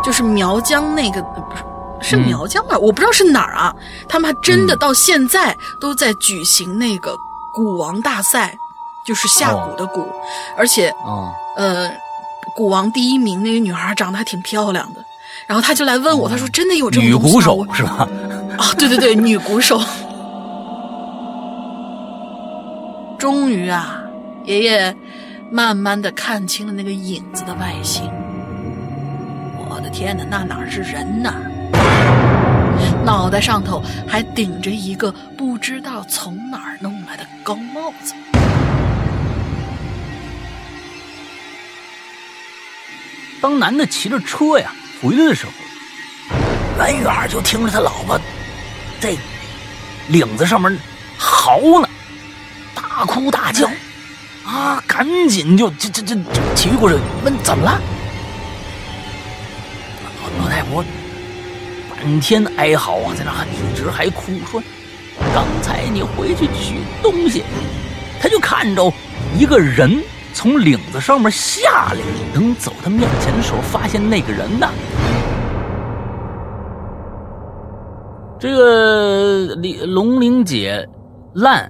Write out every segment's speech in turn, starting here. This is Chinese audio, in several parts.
就是苗疆那个不是苗疆吧？我不知道是哪儿啊。他们还真的到现在都在举行那个鼓王大赛，就是下鼓的鼓，而且鼓王第一名那个女孩长得还挺漂亮的。然后他就来问我，他说真的有这种女鼓手是吧？ 啊，对对对，女鼓手。终于啊，爷爷慢慢的看清了那个影子的外形。我的天哪，那哪是人呐？脑袋上头还顶着一个不知道从哪儿弄来的高帽子。 当男的骑着车呀回来的时候，远远就听着他老婆在领子上面嚎呢，大哭大叫啊！赶紧就骑过去问怎么了。老太婆半天哀嚎啊，在那一直还哭，说刚才你回去取东西，他就看着一个人从领子上面下来，等走他面前的时候，发现那个人呢，这个龙玲姐烂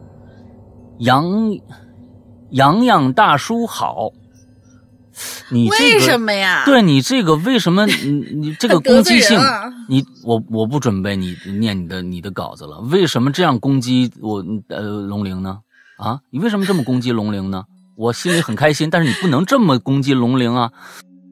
洋大叔好，你这个为什么呀？ 对你这个为什么你这个攻击性，我不准备你念你的稿子了，为什么这样攻击我龙玲呢？啊，你为什么这么攻击龙玲呢？我心里很开心，但是你不能这么攻击龙玲啊。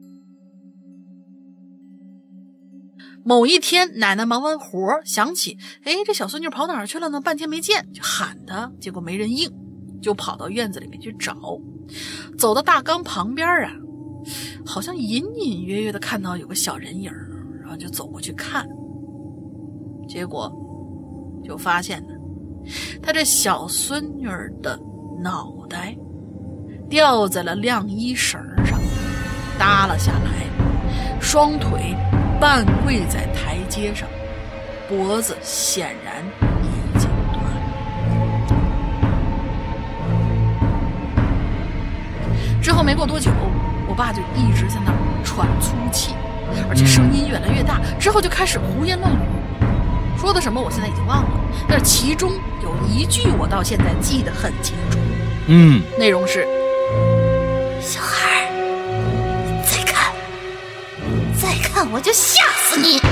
某一天，奶奶忙完活想起，这小孙女跑哪儿去了呢？半天没见，就喊她，结果没人应，就跑到院子里面去找。走到大缸旁边啊，好像隐隐约约的看到有个小人影，然后就走过去看，结果就发现呢，她这小孙女的脑袋掉在了晾衣绳上，耷拉下来，双腿半跪在台阶上，脖子显然已经断了。之后没过多久，我爸就一直在那儿喘粗气，而且声音越来越大，之后就开始胡言乱语，说的什么我现在已经忘了，但是其中有一句我到现在记得很清楚，内容是：小孩再看我就吓死你。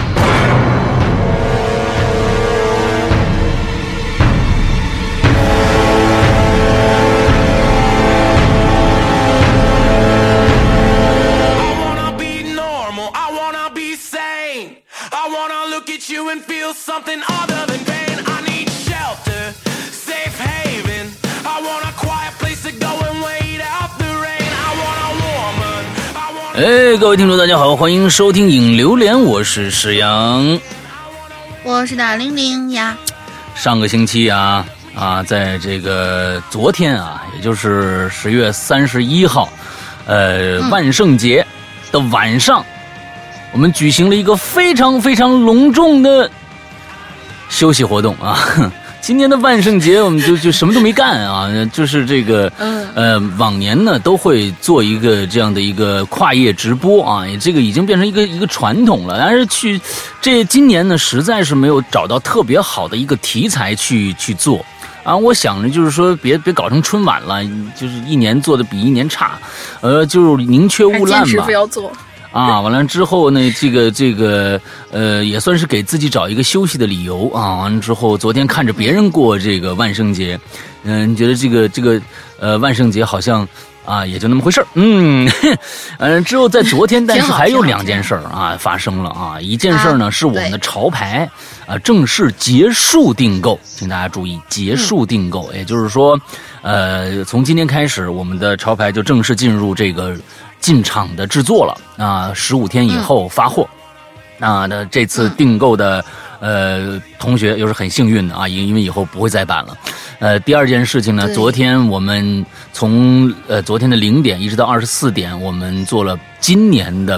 各位听众大家好，欢迎收听影榴莲，我是石阳， 我是大玲玲呀。 上个星期在这个昨天也就是10月31号万圣节的晚上，我们举行了一个非常非常隆重的休息活动啊。今年的万圣节我们就什么都没干啊，就是这个往年呢都会做一个这样的一个跨夜直播啊，这个已经变成一个传统了。但是今年呢实在是没有找到特别好的一个题材去做啊。我想着就是说别搞成春晚了，就是一年做的比一年差，就是宁缺毋滥吧。坚持不要做。 完了之后呢，这个也算是给自己找一个休息的理由啊。完了之后，昨天看着别人过这个万圣节，你觉得这个万圣节好像也就那么回事儿。之后在昨天，但是还有2件事发生了一件事呢是我们的潮牌正式结束订购，请大家注意结束订购，也就是说，从今天开始，我们的潮牌就正式进入这个进场的制作了15天以后发货。那这次订购的同学又是很幸运的因为以后不会再版了。第二件事情呢，昨天我们从昨天的0点一直到24点，我们做了今年的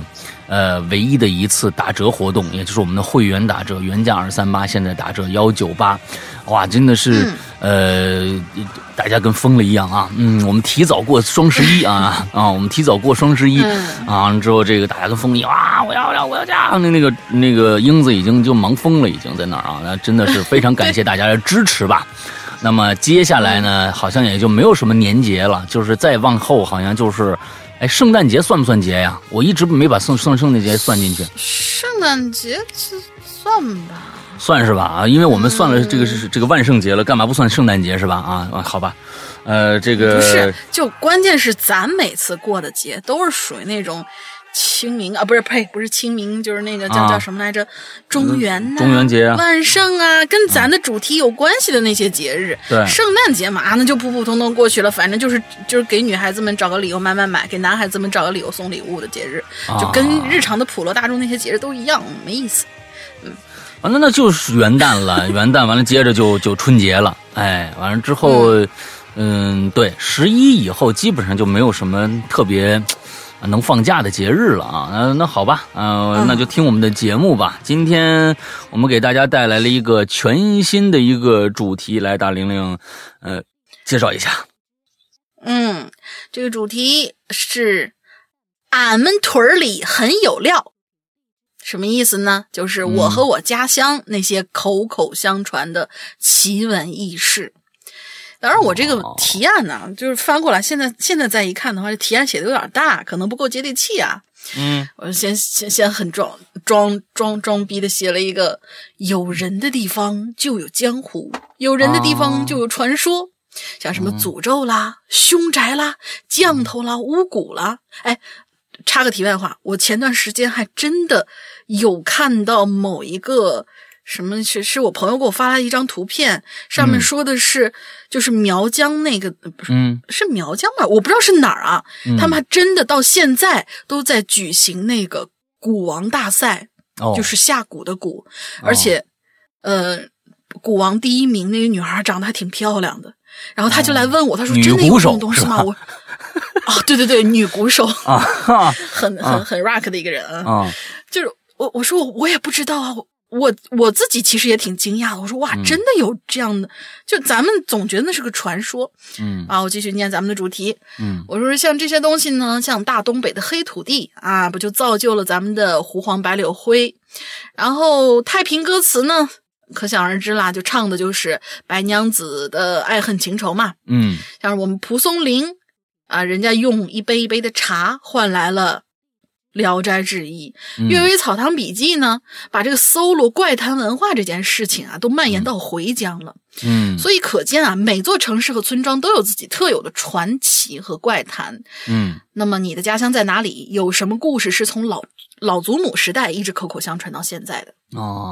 唯一的一次打折活动，也就是我们的会员打折，原价238，现在打折198，哇，真的是大家跟疯了一样啊！我们提早过双11啊，我们提早过双11啊，之后这个大家跟疯一样啊，我要加，那个英子已经就忙疯了，已经在那儿啊，那真的是非常感谢大家的支持吧。那么接下来呢，好像也就没有什么年节了，就是再往后好像就是，圣诞节算不算节呀？我一直没把圣诞节算进去。 圣诞节算吧， 算是吧啊，因为我们算了这个万圣节了，干嘛不算圣诞节是吧？啊，好吧，这个不是，就关键是咱每次过的节都是属于那种。清明啊，不是清明，就是那个叫什么来着？中元呐， 中元节啊， 万圣啊，跟咱的主题有关系的那些节日。 对， 圣诞节嘛，那就普普通通过去了，反正就是给女孩子们找个理由买，给男孩子们找个理由送礼物的节日，就跟日常的普罗大众那些节日都一样，没意思。 那就是元旦了，元旦完了接着就春节了，完了之后，对，11以后基本上就没有什么特别。能放假的节日了啊，那好吧，那就听我们的节目吧。今天我们给大家带来了一个全新的一个主题，来大玲玲，介绍一下。 这个主题是俺们屯里很有料，什么意思呢？就是我和我家乡那些口口相传的奇闻异事。当然我这个提案呢，就是翻过来现在再一看的话，这提案写的有点大，可能不够接地气啊。我先很装逼的写了一个：有人的地方就有江湖，有人的地方就有传说，像什么诅咒啦、凶宅啦、降头啦、巫蛊啦。插个题外话，我前段时间还真的有看到某一个。什么是我朋友给我发来一张图片，上面说的是就是苗疆那个是苗疆吧，我不知道是哪儿啊，他们还真的到现在都在举行那个蛊王大赛，就是下蛊的蛊，而且蛊王第一名那个女孩长得还挺漂亮的，然后他就来问我，他说真的有这种东西吗？我对，女鼓手很 rock 的一个人啊，就是我说我也不知道啊。我自己其实也挺惊讶的，我说哇，真的有这样的，就咱们总觉得那是个传说，我继续念咱们的主题，我说像这些东西呢，像大东北的黑土地啊，不就造就了咱们的胡黄白柳灰，然后太平歌词呢，可想而知啦，就唱的就是白娘子的爱恨情仇嘛，像我们蒲松龄啊，人家用一杯一杯的茶换来了聊斋志异，阅微草堂笔记呢，把这个搜罗怪谈文化这件事情啊，都蔓延到回疆了。所以可见啊，每座城市和村庄都有自己特有的传奇和怪谈。那么你的家乡在哪里？有什么故事是从老祖母时代一直口口相传到现在的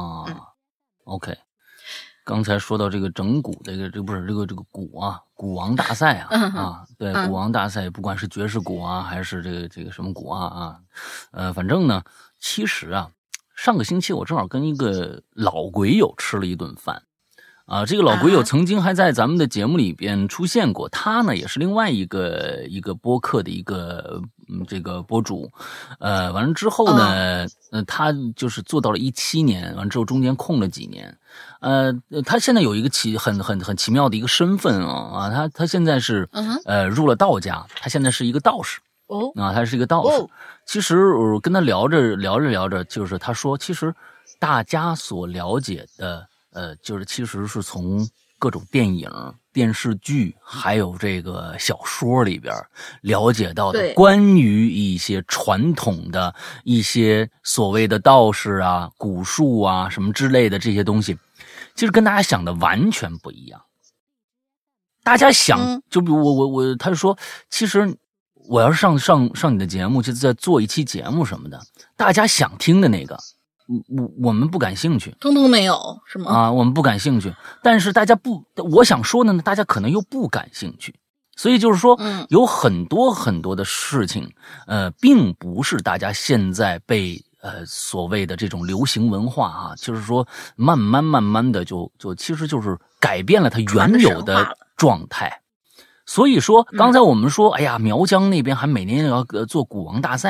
？OK。刚才说到这个整蛊，这个不是这个蛊啊，蛊王大赛啊，对，蛊王大赛，不管是爵士鼓啊，还是这个什么鼓啊，反正呢，其实啊，上个星期我正好跟一个老鬼友吃了一顿饭。这个老鬼友曾经还在咱们的节目里边出现过，他呢也是另外一个播客的一个这个播主，完了之后呢，他就是做到了17年，完之后中间空了几年，他现在有一个很奇妙的一个身份他现在是入了道家，他现在是一个道士他是一个道士。其实我跟他聊着，就是他说，其实大家所了解的。就是其实是从各种电影、电视剧，还有这个小说里边了解到的关于一些传统的一些所谓的道士啊、蛊术啊什么之类的这些东西，其实跟大家想的完全不一样。大家想，就比如他就说，其实我要是上你的节目，就是在做一期节目什么的，大家想听的那个。我们不感兴趣， 通通没有是吗？ 我们不感兴趣，但是我想说的呢，大家可能又不感兴趣，所以就是说，有很多很多的事情，并不是大家现在被所谓的这种流行文化就是说慢慢的就其实就是改变了它原有的状态。所以说，刚才我们说，哎呀，苗疆那边还每年要做蛊王大赛。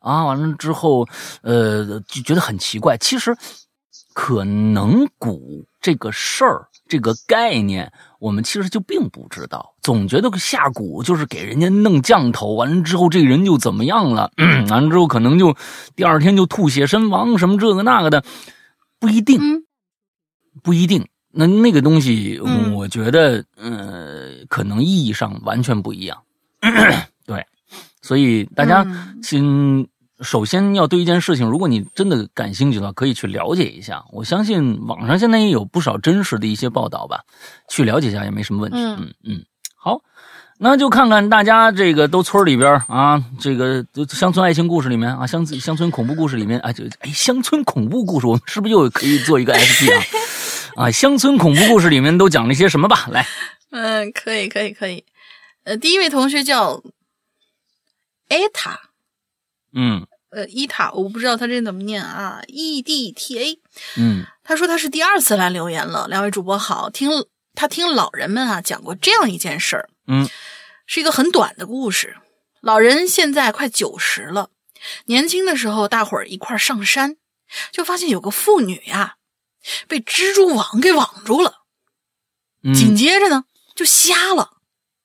啊，完了之后就觉得很奇怪。其实可能蛊这个事儿这个概念我们其实就并不知道，总觉得下蛊就是给人家弄降头，完了之后这个人就怎么样了，完了之后可能就第二天就吐血身亡什么这个那个的，不一定，不一定。那个东西我觉得可能意义上完全不一样。对，所以大家首先要对一件事情，如果你真的感兴趣的话，可以去了解一下。我相信网上现在也有不少真实的一些报道吧，去了解一下也没什么问题。好，那就看看大家这个都村里边啊，这个乡村爱情故事里面啊，乡村恐怖故事里面啊，乡村恐怖故事，我们是不是又可以做一个 SP 啊？啊，乡村恐怖故事里面都讲了些什么吧？来， 可以。第一位同学叫艾塔。伊塔，我不知道他这怎么念啊 ，EDTA。他说他是第2次来留言了。2位主播好，他听老人们啊讲过这样一件事儿。是一个很短的故事。老人现在快90了，年轻的时候大伙儿一块上山，就发现有个妇女呀被蜘蛛网给网住了，紧接着呢就瞎了。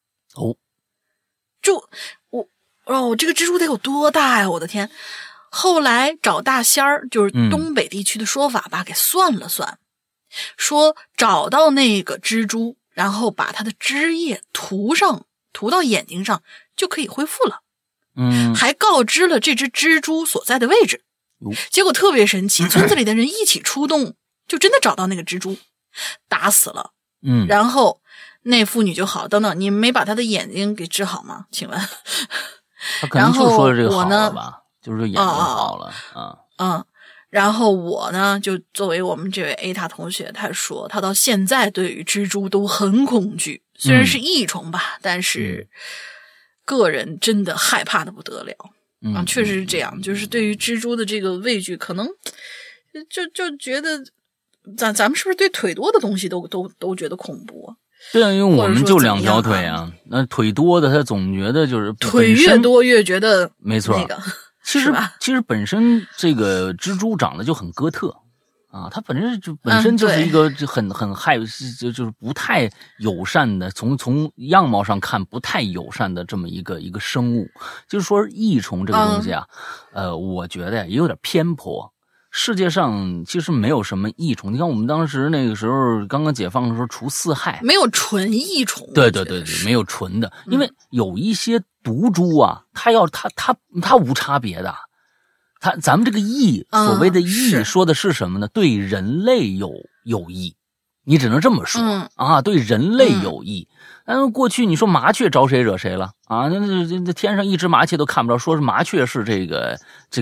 这个蜘蛛得有多大呀，我的天。后来找大仙儿，就是东北地区的说法吧，给算了算，说找到那个蜘蛛，然后把它的汁液涂到眼睛上就可以恢复了。还告知了这只蜘蛛所在的位置。结果特别神奇，村子里的人一起出动，就真的找到那个蜘蛛，打死了。然后那妇女就好。等等，你没把她的眼睛给治好吗？请问？ 他可能就说这个好了吧，就是眼睛好了然后我呢，就作为我们这位 A 塔同学，他说他到现在对于蜘蛛都很恐惧，虽然是益虫吧，但是个人真的害怕的不得了。确实是这样，就是对于蜘蛛的这个畏惧，可能就觉得咱们是不是对腿多的东西都觉得恐怖啊？ 对啊，因为我们就2条腿啊，那腿多的他总觉得就是腿越多越觉得没错。 那个其实本身这个蜘蛛长得就很哥特啊，它本身就是一个很就是不太友善的，从样貌上看不太友善的这么一个生物。就是说益虫这个东西啊，我觉得呀也有点偏颇。世界上其实没有什么益虫，你看我们当时那个时候刚刚解放的时候除4害， 没有纯益虫。 对，没有纯的，因为有一些毒株啊，它无差别的。咱们这个益，所谓的益说的是什么呢？对人类有益，你只能这么说啊，对人类有益。过去你说麻雀招谁惹谁了啊？那天上一只麻雀都看不着，说是麻雀是这个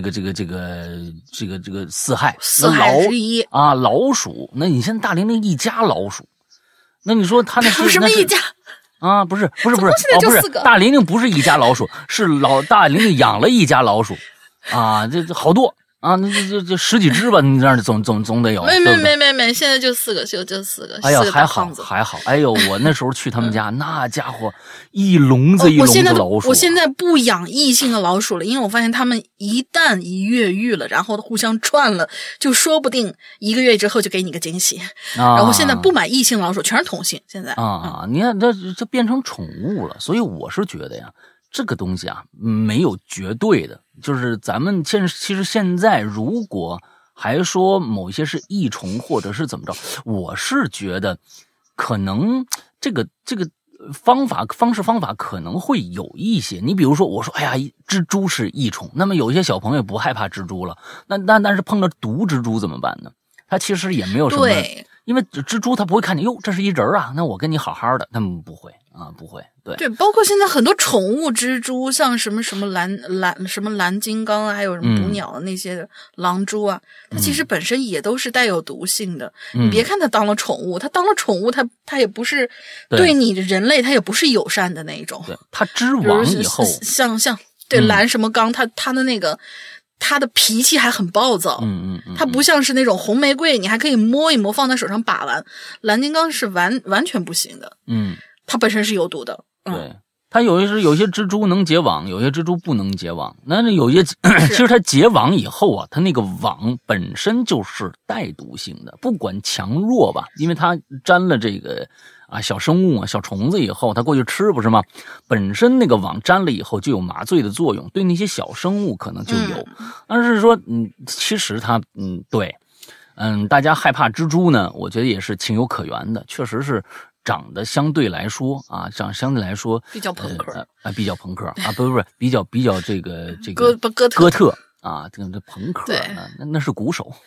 4害之一啊，老鼠。那你现在大林那一家老鼠，那你说他那是什么一家啊？不是，不是， 大林宁不是一家老鼠，是大林宁养了一家老鼠啊，这好多。啊，那这10几只吧，你这样总得有。 没，现在就4个，就4个。 哎呀，还好。哎呦，我那时候去他们家，那家伙一笼子老鼠。 我现在不养异性的老鼠了，因为我发现他们一旦一越狱了，然后互相串了，就说不定1个月之后就给你个惊喜。然后现在不买异性老鼠，全是同性。现在你看这变成宠物了，所以我是觉得呀，这个东西啊没有绝对的。就是咱们其实现在如果还说某些是益虫或者是怎么着，我是觉得可能这个方法可能会有一些。你比如说我说哎呀蜘蛛是益虫，那么有些小朋友不害怕蜘蛛了，但是碰到毒蜘蛛怎么办呢？他其实也没有什么，因为蜘蛛它不会看见哟这是一人啊，那我跟你好好的，他们不会啊，不会。 对，包括现在很多宠物蜘蛛，像什么蓝金刚啊，还有什么捕鸟的那些狼蛛啊，它其实本身也都是带有毒性的。你别看它当了宠物，它当了宠物，它也不是对你人类，它也不是友善的那一种。 对，它织网以后， 像对蓝什么刚，它的那个。他的脾气还很暴躁，他不像是那种红玫瑰，你还可以摸一摸，放在手上把玩。蓝金刚是完全不行的，他本身是有毒的。 对， 它有些蜘蛛能结网，有些蜘蛛不能结网。那有些其实它结网以后啊，它那个网本身就是带毒性的，不管强弱吧，因为它沾了这个小生物小虫子以后，它过去吃不是吗？本身那个网沾了以后就有麻醉的作用，对那些小生物可能就有。但是说其实它对。大家害怕蜘蛛呢，我觉得也是情有可原的，确实是长得相对来说比较朋克比较朋克不是比较这个哥特啊，这朋克那是鼓手，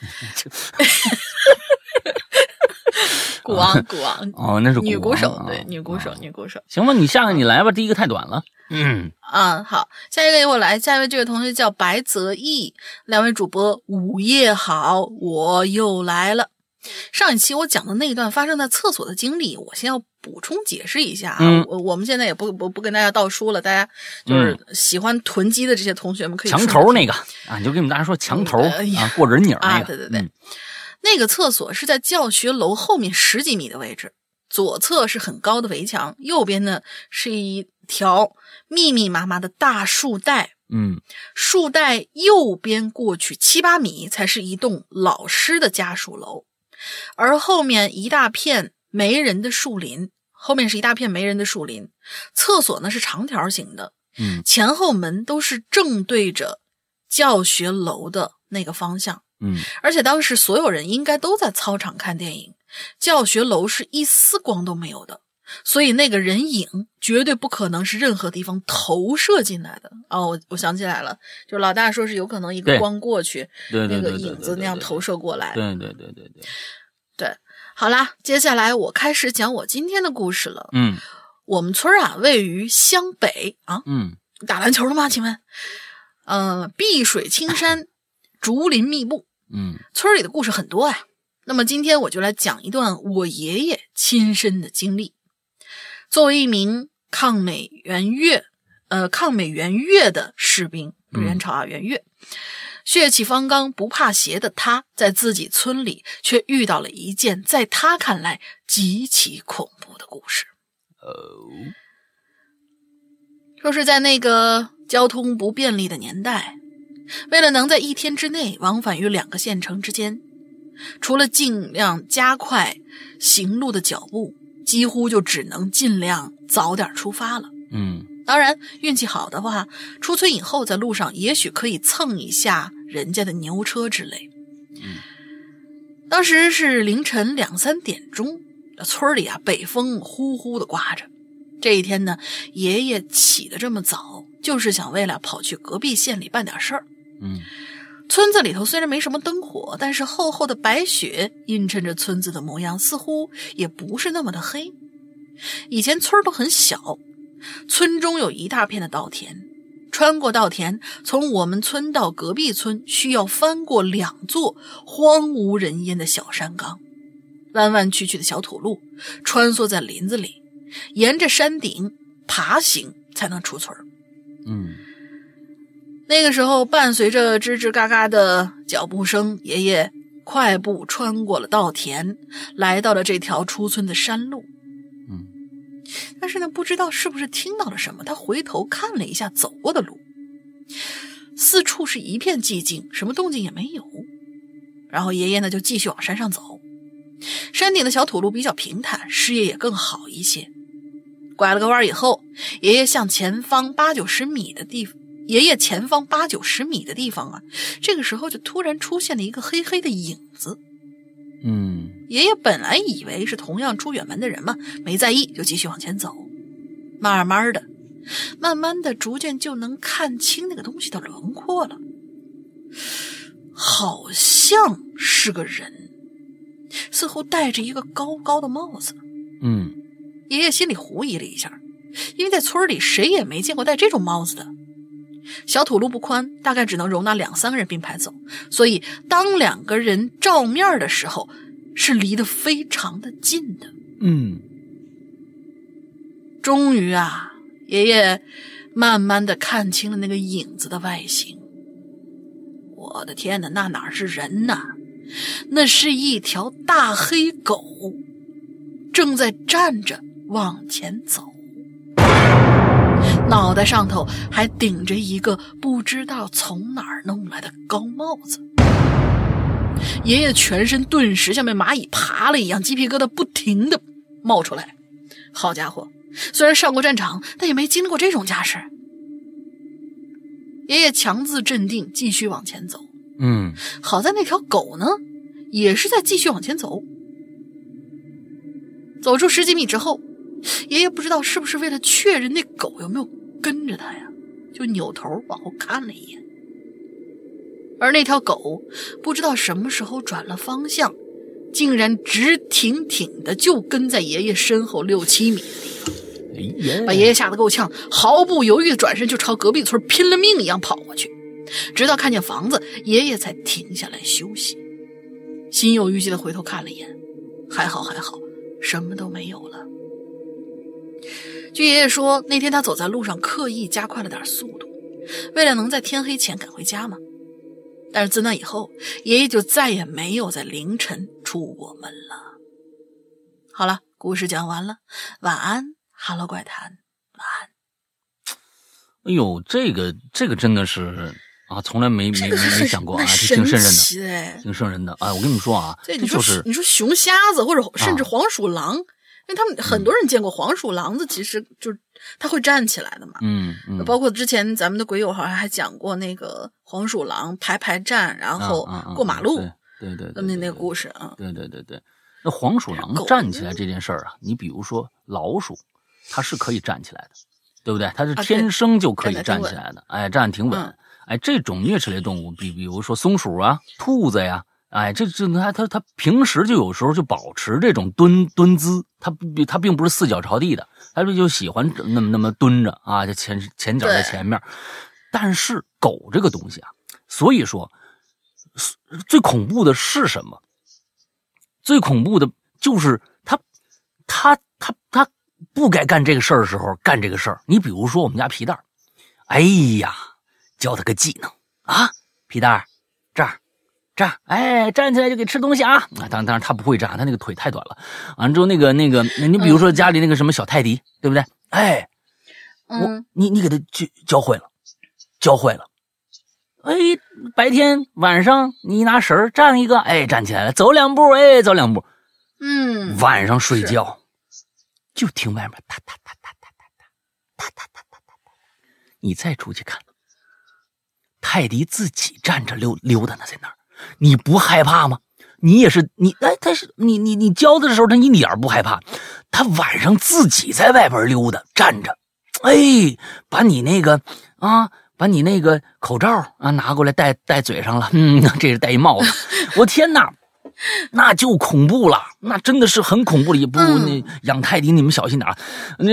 鼓昂哦，那是女鼓手，对，女鼓手。 行吧，你下个你来吧，第一个太短了。 好，下一个由我来，下一位这位同学叫白泽义，两位主播午夜好，我又来了。上一期我讲的那一段发生在厕所的经历，我先要补充解释一下我们现在也不跟大家倒书了，大家就是喜欢囤积的这些同学们可以墙头那个你就跟你们大家说墙头过人影那个对，那个厕所是在教学楼后面10几米的位置，左侧是很高的围墙，右边呢是一条密密麻麻的大树带，树带右边过去7、8米才是一栋老师的家属楼，而后面一大片没人的树林，厕所呢是长条形的，前后门都是正对着教学楼的那个方向，而且当时所有人应该都在操场看电影，教学楼是一丝光都没有的，所以那个人影绝对不可能是任何地方投射进来的。我想起来了，就老大说是有可能一个光过去，那个影子那样投射过来。对，好啦，接下来我开始讲我今天的故事了。我们村位于湘北打篮球了吗？请问？碧水青山，竹林密布。村里的故事很多呀。那么今天我就来讲一段我爷爷亲身的经历。作为一名抗美援越的士兵，不是元朝援越，血气方刚不怕邪的他，在自己村里却遇到了一件在他看来极其恐怖的故事。说是在那个交通不便利的年代，为了能在1天之内往返于2个县城之间，除了尽量加快行路的脚步，几乎就只能尽量早点出发了。当然运气好的话，出村以后在路上也许可以蹭一下人家的牛车之类。当时是凌晨2、3点钟，村里北风呼呼的刮着。这一天呢，爷爷起得这么早，就是想为了跑去隔壁县里办点事儿。村子里头虽然没什么灯火，但是厚厚的白雪映衬着村子的模样，似乎也不是那么的黑。以前村都很小，村中有一大片的稻田，穿过稻田，从我们村到隔壁村需要翻过2座荒无人烟的小山岗，弯弯曲曲的小土路穿梭在林子里，沿着山顶爬行才能出村。那个时候伴随着吱吱嘎嘎的脚步声，爷爷快步穿过了稻田，来到了这条出村的山路。但是呢，不知道是不是听到了什么，他回头看了一下走过的路，四处是一片寂静，什么动静也没有。然后爷爷呢就继续往山上走，山顶的小土路比较平坦，视野也更好一些。拐了个弯以后，爷爷前方8、90米的地方这个时候就突然出现了一个黑黑的影子。爷爷本来以为是同样出远门的人嘛，没在意，就继续往前走。慢慢的逐渐就能看清那个东西的轮廓了，好像是个人，似乎戴着一个高高的帽子。爷爷心里狐疑了一下，因为在村里谁也没见过戴这种帽子的。小土路不宽，大概只能容纳2、3个人并排走，所以当2个人照面的时候，是离得非常的近的。终于爷爷慢慢的看清了那个影子的外形。我的天哪，那哪是人呐，那是一条大黑狗，正在站着往前走。 脑袋上头还顶着一个不知道从哪儿弄来的高帽子。爷爷全身顿时像被蚂蚁爬了一样，鸡皮疙瘩不停地冒出来。好家伙，虽然上过战场，但也没经历过这种架势。爷爷强自镇定，继续往前走。好在那条狗呢，也是在继续往前走。走出10几米之后，爷爷不知道是不是为了确认那狗有没有跟着他呀，就扭头往后看了一眼。而那条狗不知道什么时候转了方向，竟然直挺挺的就跟在爷爷身后6、7米的地方，把爷爷吓得够呛，毫不犹豫的转身就朝隔壁村拼了命一样跑过去。直到看见房子，爷爷才停下来休息，心有余悸的回头看了一眼，还好，什么都没有了。据爷爷说，那天他走在路上刻意加快了点速度，为了能在天黑前赶回家嘛。但是自那以后，爷爷就再也没有在凌晨出过门了。好了，故事讲完了，晚安哈喽怪谈，晚安。 哎呦，这个真的是啊，从来没想过啊，这挺瘆人的，挺瘆人的。哎，我跟你们说啊，这就是你说熊瞎子或者甚至黄鼠狼，因为他们很多人见过黄鼠狼子，其实就是它会站起来的嘛。包括之前咱们的鬼友好像还讲过那个黄鼠狼排站，然后过马路， 对， 那个故事啊。 对。那黄鼠狼站起来这件事儿啊，你比如说老鼠，它是可以站起来的，对不对？它是天生就可以站起来的，哎，站挺稳。哎，这种啮齿类动物，比如说松鼠啊、兔子呀，哎，它平时就有时候就保持这种蹲姿，它并不是四脚朝地的，它就喜欢那么蹲着啊，就前脚在前面。但是狗这个东西啊，所以说最恐怖的是什么？最恐怖的就是它不该干这个事儿的时候干这个事儿。你比如说我们家皮蛋，哎呀，教他个技能啊，皮蛋这儿，哎，站起来就给吃东西啊！当然他不会站，他那个腿太短了。完之后那个，你比如说家里那个什么小泰迪，对不对？哎，你给他教会了。哎，白天晚上你拿绳站一个，哎，站起来了，走两步，哎，走两步。晚上睡觉就听外面哒哒哒哒哒哒哒哒哒哒哒，你再出去看，泰迪自己站着溜达呢，在那儿，你不害怕吗？你也是但是你教的时候他一点不害怕，他晚上自己在外边溜达站着，哎，把你那个口罩啊拿过来戴嘴上了，这是戴一帽子，我天哪！那就恐怖了，那真的是很恐怖的。也不如那养泰迪，你们小心点。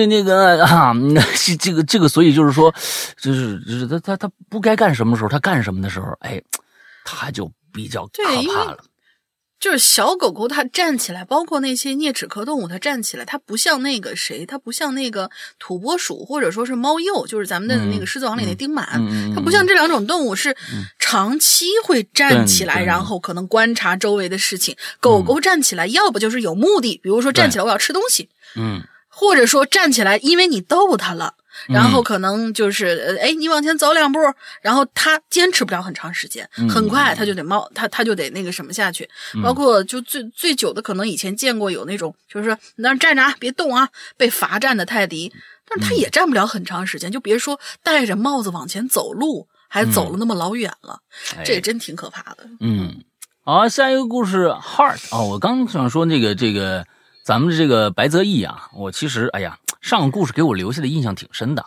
这个，所以就是说，就是他不该干什么时候，他干什么的时候，哎，他就比较可怕了。 就是小狗狗它站起来，包括那些啮齿科动物它站起来，它不像那个它不像那个土拨鼠或者说是猫鼬，就是咱们的那个狮子王里那丁满，它不像这两种动物是长期会站起来，然后可能观察周围的事情。狗狗站起来，要不就是有目的，比如说站起来我要吃东西，或者说站起来因为你逗它了。然后可能就是你往前走两步，然后他坚持不了很长时间，很快他就得他就得那个什么下去。包括就最久的，可能以前见过有那种就是说你那站着啊，别动啊，被罚站的泰迪，但是他也站不了很长时间，就别说戴着帽子往前走路，还走了那么老远了，这也真挺可怕的。 好，下一个故事 Heart 我刚想说这个咱们这个白泽义啊，我其实上个故事给我留下的印象挺深的，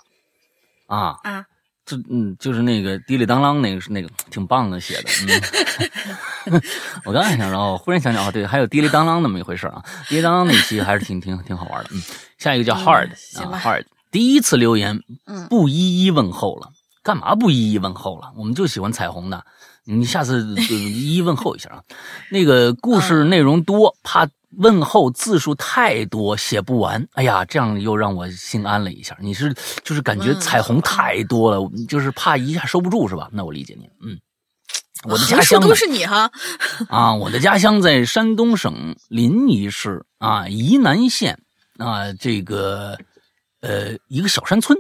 就是那个滴里当啷那个挺棒的写的，我刚才想，然后忽然想起对，还有滴里当啷那么一回事啊，滴里当啷那期还是挺好玩的，下一个叫 Hard，Hard 第一次留言，不一一问候了，干嘛不一一问候了？我们就喜欢彩虹的，你下次就一一问候一下啊。那个故事内容多，怕问候字数太多写不完，哎呀，这样又让我心安了一下。你就是感觉彩虹太多了，就是怕一下收不住是吧？那我理解你。我的家乡都是你哈我的家乡在山东省临沂市宜南县这个一个小山村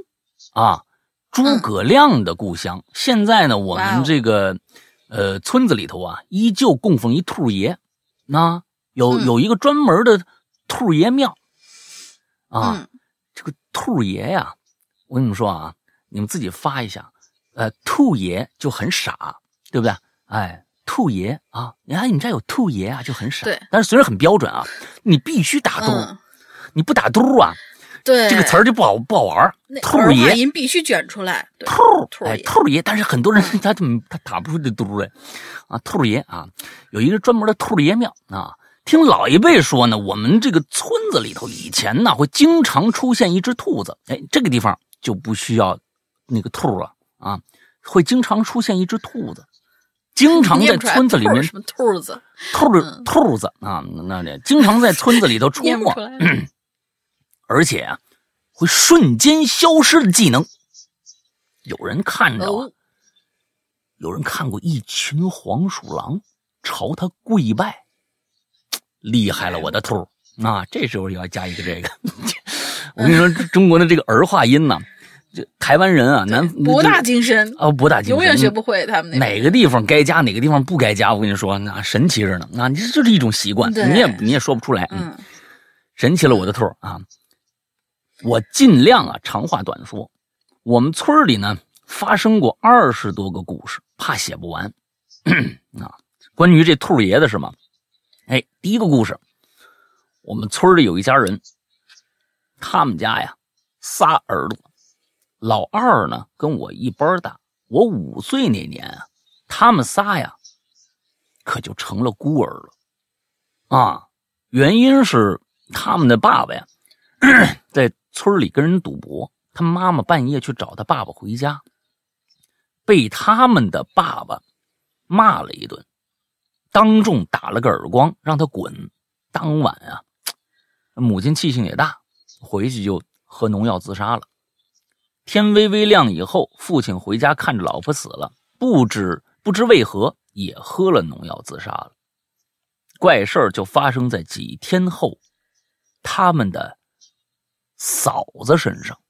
啊，诸葛亮的故乡。现在呢，我们这个村子里头啊，依旧供奉一兔爷，那有一个专门的兔爷庙啊。这个兔爷呀，我跟你们说啊，你们自己发一下，兔爷就很傻，对不对？哎，兔爷啊，你看你们家有兔爷啊，就很傻。 对， 但是虽然很标准啊，你必须打嘟，你不打嘟啊， 对， 这个词儿就不好玩。兔爷音必须卷出来， 兔爷，但是很多人他打不出这嘟来啊。兔爷啊，有一个专门的兔爷庙啊。听老一辈说呢，我们这个村子里头以前呢会经常出现一只兔子，哎，这个地方就不需要那个兔了啊，会经常出现一只兔子，经常在村子里面什么兔子啊，那经常在村子里头出没，而且啊会瞬间消失的技能。有人看着啊，有人看过一群黄鼠狼朝他跪拜。厉害了，我的兔啊！这时候要加一个这个，我跟你说，中国的这个儿化音呢，这台湾人啊， 博大精深啊，博大精深， 永远学不会他们哪个地方该加，哪个地方不该加。我跟你说，那神奇着呢啊！这就是一种习惯，你也说不出来。神奇了，我的兔啊！我尽量啊长话短说。我们村里呢发生过20多个故事，怕写不完啊。关于这兔爷的是吗？哎，第一个故事，我们村里有一家人，他们家呀仨儿子，老二呢跟我一般大，我5岁那年啊，他们仨呀可就成了孤儿了啊。原因是他们的爸爸呀在村里跟人赌博，他妈妈半夜去找他爸爸回家，被他们的爸爸骂了一顿，当众打了个耳光，让他滚。当晚啊，母亲气性也大，回去就喝农药自杀了。天微微亮以后，父亲回家看着老婆死了，不知为何也喝了农药自杀了。怪事儿就发生在几天后，他们的嫂子身上。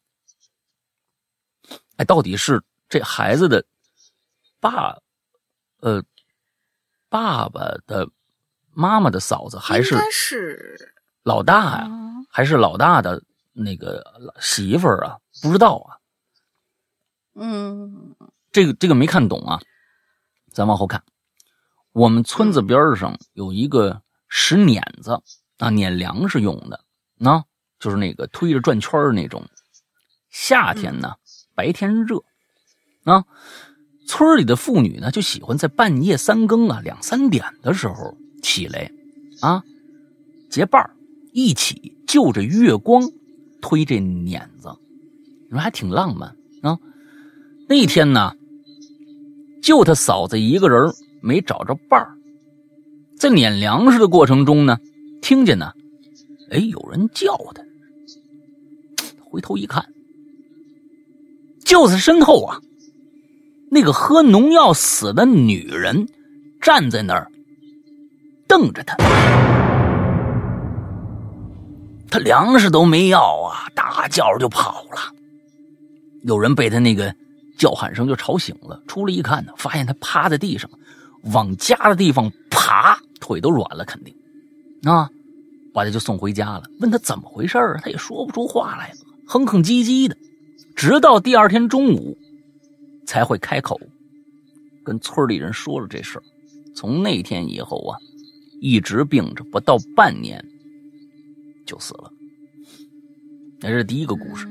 哎，到底是这孩子的爸爸的妈妈的嫂子，还是老大呀？还是老大的那个媳妇儿啊？不知道啊。这个没看懂啊。咱往后看，我们村子边上有一个拾碾子啊，碾粮食用的，那就是那个推着转圈的那种。夏天呢，白天热啊。村里的妇女呢，就喜欢在半夜3更啊2、3点的时候起来啊，结伴一起就着月光推这碾子，你说还挺浪漫啊。那天呢，就他嫂子一个人没找着伴儿，在碾粮食的过程中呢，听见呢，哎，有人叫他，回头一看，就在身后啊。那个喝农药死的女人站在那儿瞪着他，他粮食都没要啊，大叫就跑了。有人被他那个叫喊声就吵醒了，出来一看呢，发现他趴在地上，往家的地方爬，腿都软了，肯定啊，把他就送回家了。问他怎么回事他也说不出话来，哼哼唧唧的，直到第2天中午才会开口跟村里人说了这事儿。从那天以后啊，一直病着，不到半年就死了。这是第一个故事。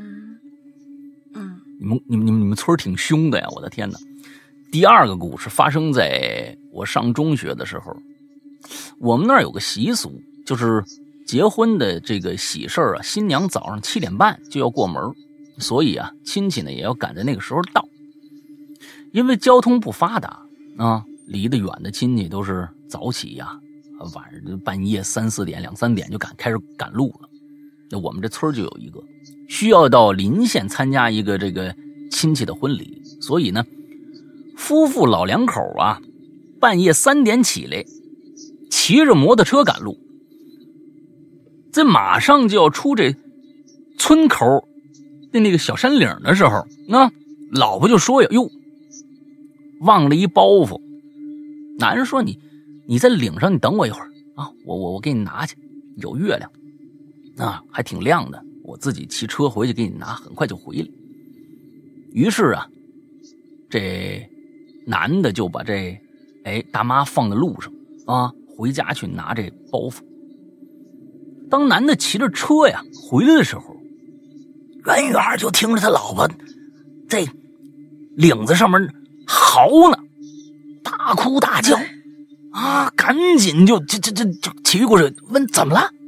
你们村挺凶的呀，我的天哪！第二个故事发生在我上中学的时候，我们那儿有个习俗，就是结婚的这个喜事啊，新娘早上7点半就要过门，所以啊，亲戚呢也要赶在那个时候到。因为交通不发达啊，离得远的亲戚都是早起呀，晚上半夜3、4点、2、3点就开始赶路了。那我们这村就有一个需要到邻县参加一个这个亲戚的婚礼，所以呢，夫妇老两口啊，半夜3点起来，骑着摩托车赶路。这马上就要出这村口那个小山岭的时候，那老婆就说呀，哟，忘了一包袱。男人说你在岭上，你等我一会儿啊，我给你拿去，有月亮啊，还挺亮的，我自己骑车回去给你拿，很快就回来。于是啊，这男的就把这大妈放在路上啊，回家去拿这包袱。当男的骑着车呀回来的时候，远远就听着他老婆在岭子上面嚎呢，大哭大叫啊，赶紧就骑过去问怎么了。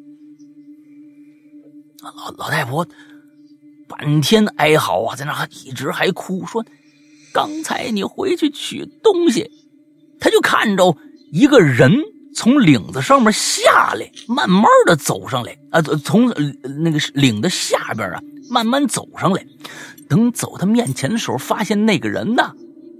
老太婆半天哀嚎啊，在那一直还哭，说刚才你回去取东西，他就看着一个人从岭子上面下来，慢慢的走上来啊，从那个岭的下边啊慢慢走上来。等走他面前的时候，发现那个人呢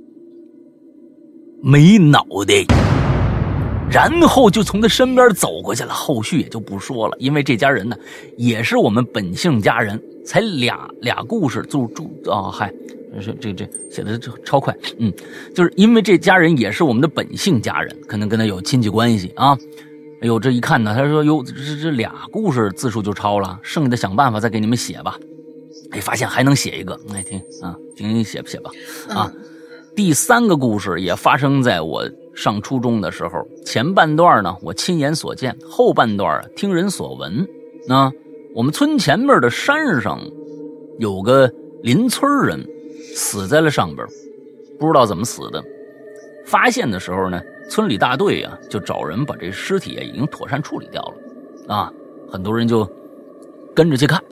没脑袋，然后就从他身边走过去了。后续也就不说了，因为这家人呢也是我们本姓家人，才俩故事嗨，这写的超快，就是因为这家人也是我们的本姓家人，可能跟他有亲戚关系啊。哎呦，这一看呢，他说哟，这俩故事字数就超了，剩下的想办法再给你们写吧。发现还能写一个，听写吧啊。第3个故事也发生在我上初中的时候，前半段呢我亲眼所见，后半段听人所闻。我们村前面的山上有个邻村人死在了上边，不知道怎么死的。发现的时候呢，村里大队啊就找人把这尸体已经妥善处理掉了啊，很多人就跟着去看。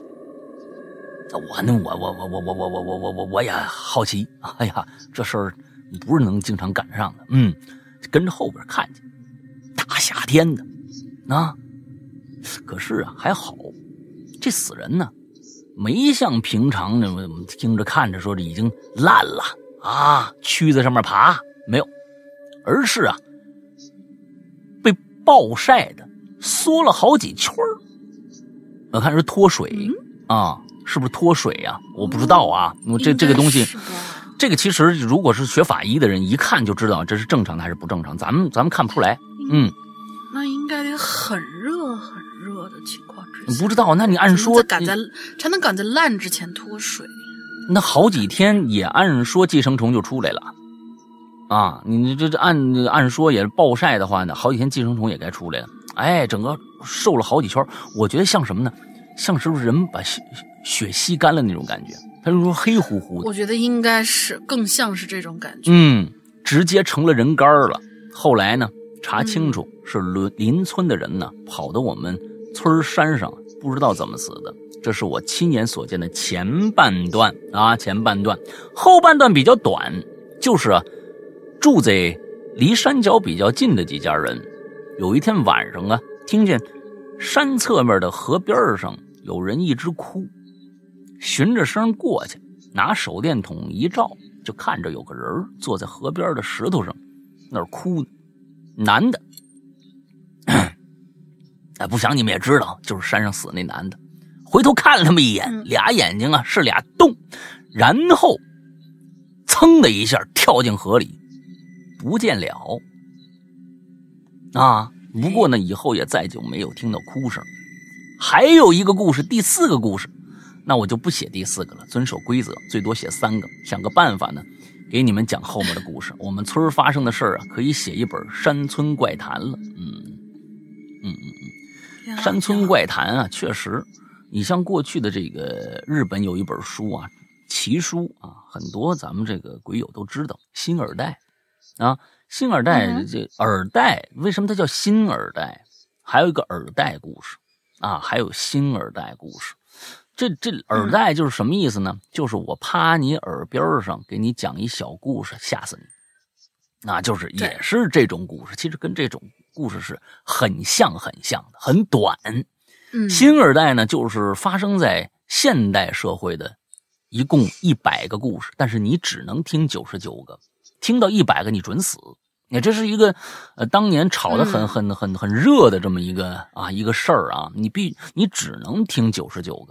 我也好奇，哎呀，这事儿不是能经常赶上的，跟着后边看去。大夏天的啊，可是啊还好，这死人呢没像平常的我们听着看着说这已经烂了啊，蛆在上面爬，没有，而是啊被暴晒的缩了好几圈儿。我看是脱水啊。是不是脱水啊？我不知道啊。这个东西，这个其实如果是学法医的人一看就知道这是正常的还是不正常，咱们看不出来。 那应该得很热的情况之下。 不知道，那你按说才能赶在烂之前脱水。 那好几天也按说寄生虫就出来了啊！你这按说也是暴晒的话呢，好几天寄生虫也该出来了。哎，整个瘦了好几圈，我觉得像什么呢？像是不是人把血吸干了那种感觉？他就说黑乎乎的。 我觉得应该是更像是这种感觉。 直接成了人干了。后来呢，查清楚是邻村的人呢跑到我们村山上，不知道怎么死的。这是我亲眼所见的前半段啊，后半段比较短，就是住在离山脚比较近的几家人，有一天晚上啊，听见山侧面的河边上有人一直哭，循着声过去，拿手电筒一照，就看着有个人坐在河边的石头上那儿哭呢，男的。不想你们也知道，就是山上死那男的。回头看了他们一眼，俩眼睛啊是俩洞，然后噌的一下跳进河里，不见了啊。不过呢，以后也再就没有听到哭声。还有一个故事，第4个故事，那我就不写第4个了，遵守规则，最多写3个。想个办法呢，给你们讲后面的故事。我们村发生的事啊，可以写一本山村怪谈了。山村怪谈啊，确实，你像过去的这个日本有一本书啊，奇书啊，很多咱们这个鬼友都知道，新耳袋啊。新耳袋，这耳袋为什么它叫新耳袋？还有一个耳袋故事啊，还有新耳袋故事。这耳袋就是什么意思呢？就是我趴你耳边上给你讲一小故事，吓死你。那就是也是这种故事，其实跟这种故事是很像的，很短。新耳袋呢，就是发生在现代社会的，一共100个故事，但是你只能听99个。听到100个你准死，这是一个当年炒得很热的这么一个事儿啊，你只能听99个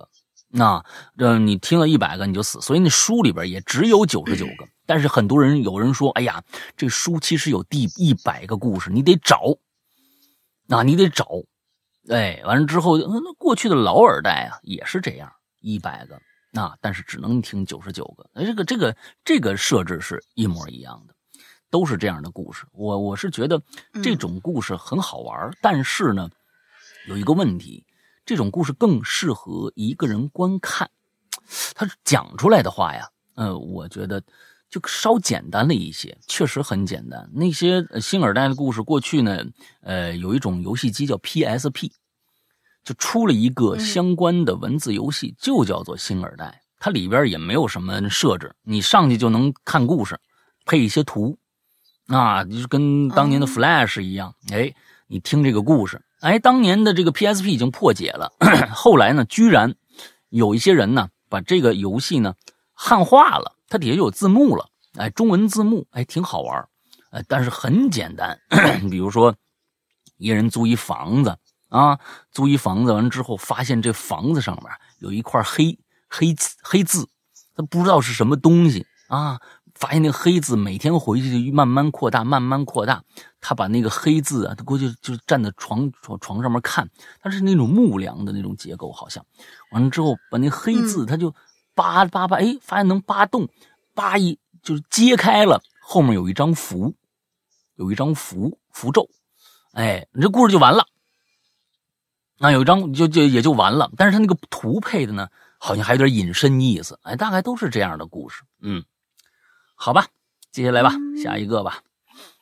那你听了100个你就死，所以那书里边也只有99个。但是有人说，哎呀，这书其实有第100个故事，你得找，你得找。哎，完了之后，那过去的老耳带啊也是这样，100个，但是只能听99个。这个设置是一模一样的，都是这样的故事。我是觉得这种故事很好玩，但是呢，有一个问题，这种故事更适合一个人观看。他讲出来的话呀，我觉得就稍简单了一些，确实很简单。那些星耳带的故事，过去呢，有一种游戏机叫 PSP， 就出了一个相关的文字游戏，就叫做星耳带。它里边也没有什么设置，你上去就能看故事，配一些图，就是跟当年的 Flash 一样。哎，你听这个故事，哎，当年的这个 PSP 已经破解了，后来呢，居然有一些人呢，把这个游戏呢汉化了。它底下有字幕了，哎，中文字幕，哎，挺好玩，但是很简单。比如说，一人租一房子租一房子完之后，发现这房子上面有一块黑字，他不知道是什么东西发现那个黑字每天回去就慢慢扩大，他把那个黑字他过去就站在床上面看，它是那种木梁的那种结构，好像完了之后把那黑字他就扒，哎，发现能扒动，就是揭开了，后面有一张符咒，哎，你这故事就完了。有一张也就完了，但是他那个图配的呢，好像还有点引申意思，哎，大概都是这样的故事。好吧，接下来吧，下一个吧。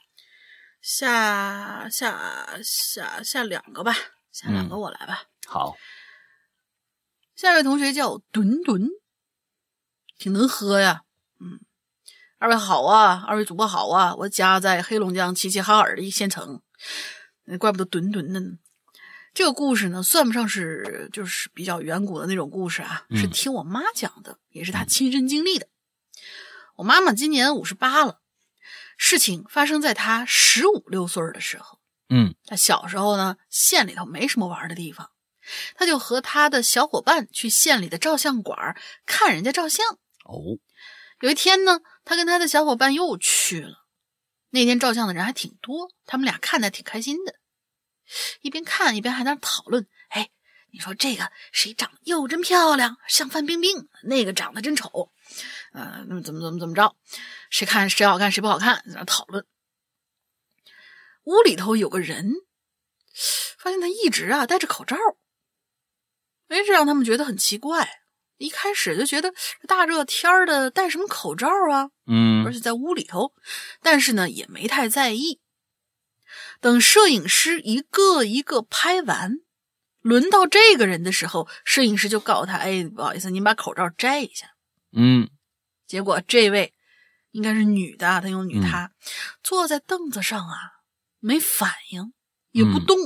下2个吧，下2个我来吧。 好， 下一位同学叫墩墩，挺能喝呀。二位好啊，二位主播好啊，我家在黑龙江齐齐哈尔的一县城，怪不得墩墩的呢。这个故事呢，算不上是就是比较远古的那种故事啊，是听我妈讲的，也是她亲身经历的。我妈妈今年58了，事情发生在她15、16岁的时候。她小时候呢，县里头没什么玩的地方，她就和她的小伙伴去县里的照相馆看人家照相。有一天呢，她跟她的小伙伴又去了。那天照相的人还挺多，他们俩看得挺开心的，一边看一边还在那讨论。哎，你说这个谁长得又真漂亮，像范冰冰，那个长得真丑，那么怎么着，谁好看谁不好看，在那讨论。屋里头有个人，发现他一直戴着口罩，哎，这让他们觉得很奇怪。一开始就觉得大热天的戴什么口罩啊，而且在屋里头，但是呢也没太在意。等摄影师一个一个拍完，轮到这个人的时候，摄影师就告诉他，哎，不好意思，您把口罩摘一下。结果这位应该是女的，她用女她，坐在凳子上没反应，也不动。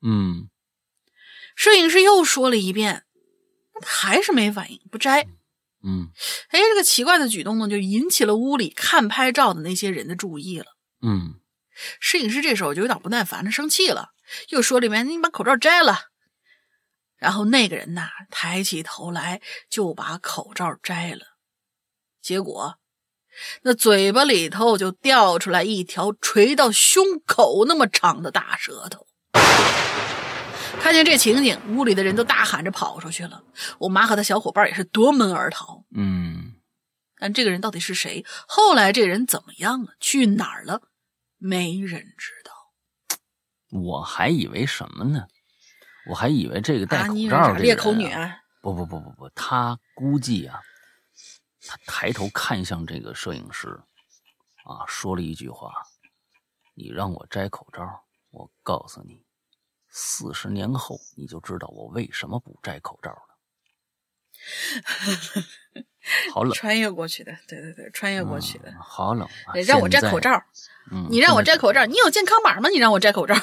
摄影师又说了一遍，他还是没反应，不摘。哎，这个奇怪的举动呢，就引起了屋里看拍照的那些人的注意了。摄影师这时候就有点不耐烦的生气了，又说里面你把口罩摘了。然后那个人抬起头来就把口罩摘了，结果那嘴巴里头就掉出来一条垂到胸口那么长的大舌头。看见这情景，屋里的人都大喊着跑出去了，我妈和她小伙伴也是夺门而逃。但这个人到底是谁？后来这人怎么样了？去哪儿了？没人知道。 我还以为什么呢？我还以为这个戴口罩你以为这个人裂口女不，他估计他抬头看向这个摄影师说了一句话：你让我摘口罩，我告诉你，40年后你就知道我为什么不摘口罩了。好冷， 穿越过去的，对，穿越过去的， 好冷让我摘口罩，你让我摘口罩，你有健康码吗？你让我摘口罩。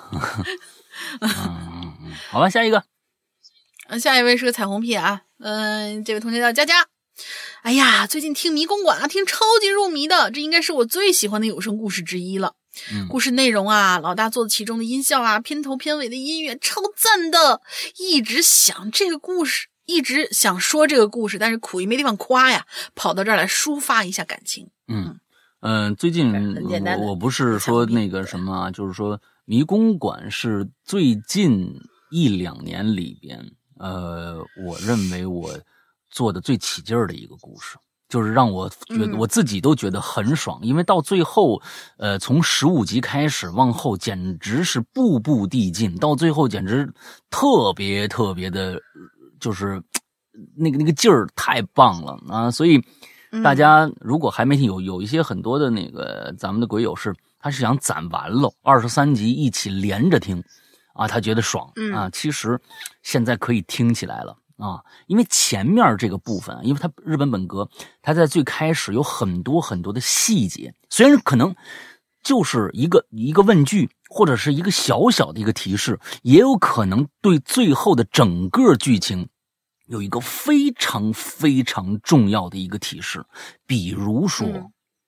好吧，下一个， 下一位是个彩虹屁这位同学叫佳佳。哎呀，最近听迷宫馆听超级入迷的，这应该是我最喜欢的有声故事之一了。故事内容老大做的其中的音效片头片尾的音乐超赞的，一直想这个故事一直想说这个故事，但是苦于没地方夸呀，跑到这儿来抒发一下感情。 最近很简单的我不是说那个什么，就是说迷宫馆是最近1-2年里边，我认为我做的最起劲儿的一个故事，就是让我觉得我自己都觉得很爽，因为到最后，从15集开始往后，简直是步步递进，到最后简直特别特别的，就是那个劲儿太棒了啊！所以大家如果还没听，有一些很多的那个咱们的鬼友是，他是想攒完了23集一起连着听啊，他觉得爽啊。其实现在可以听起来了。因为前面这个部分，因为它日本本格，它在最开始有很多很多的细节，虽然可能就是一个问句，或者是一个小小的一个提示，也有可能对最后的整个剧情有一个非常非常重要的一个提示。比如说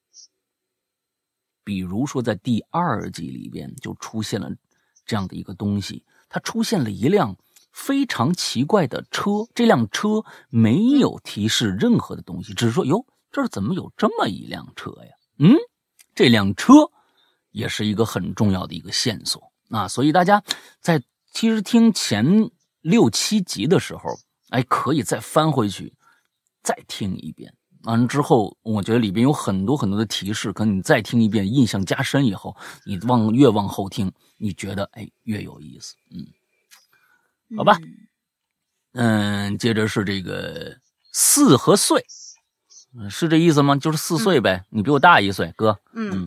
在第2集里边就出现了这样的一个东西，它出现了一辆非常奇怪的车，这辆车没有提示任何的东西，只是说哟，这儿怎么有这么一辆车呀？这辆车也是一个很重要的一个线索啊。所以大家其实听前6-7集的时候，可以再翻回去再听一遍，完了之后我觉得里边有很多很多的提示，可能你再听一遍印象加深以后，你越往后听，你觉得越有意思。好吧，接着是这个4和岁，是这意思吗？就是4岁呗，你比我大1岁，哥。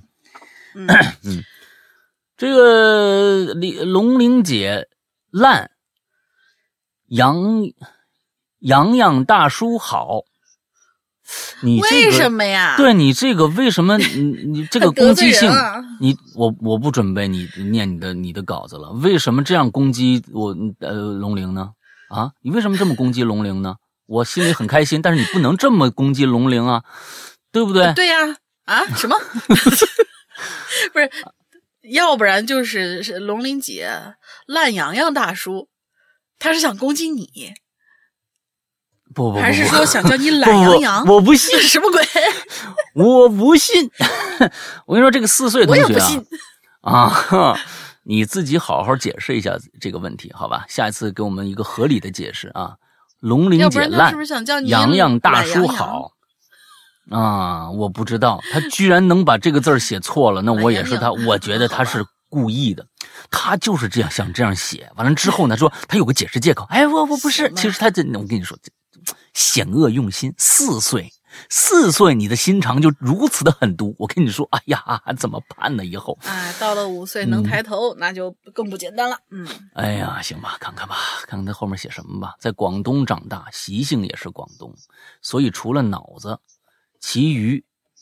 这个龙玲姐烂，洋洋大叔好，你这个为什么呀？ 对，你这个为什么你这个攻击性，我不准备你念你的稿子了，为什么这样攻击我龙玲呢？啊，你为什么这么攻击龙玲呢？我心里很开心，但是你不能这么攻击龙玲啊，对不对？ 对呀，什么？不是，要不然就是龙玲姐烂洋洋大叔，他是想攻击你。 不， 还是说想叫你懒洋洋？ 我不信， 什么鬼？ 我不信。我跟你说，这个4岁同学我也不信你自己好好解释一下这个问题，好吧？下一次给我们一个合理的解释啊。龙玲姐烂， 是不是想叫你洋洋大叔好啊？我不知道，他居然能把这个字写错了，那我也是他，我觉得他是故意的。他就是这样想这样写，完了之后呢，说他有个解释借口。我不是，其实他我跟你说，险恶用心。4岁，你的心肠就如此的狠毒。我跟你说，怎么办呢？以后到了5岁能抬头，那就更不简单了。 行吧，看看他后面写什么吧。在广东长大，习性也是广东，所以除了脑子，其余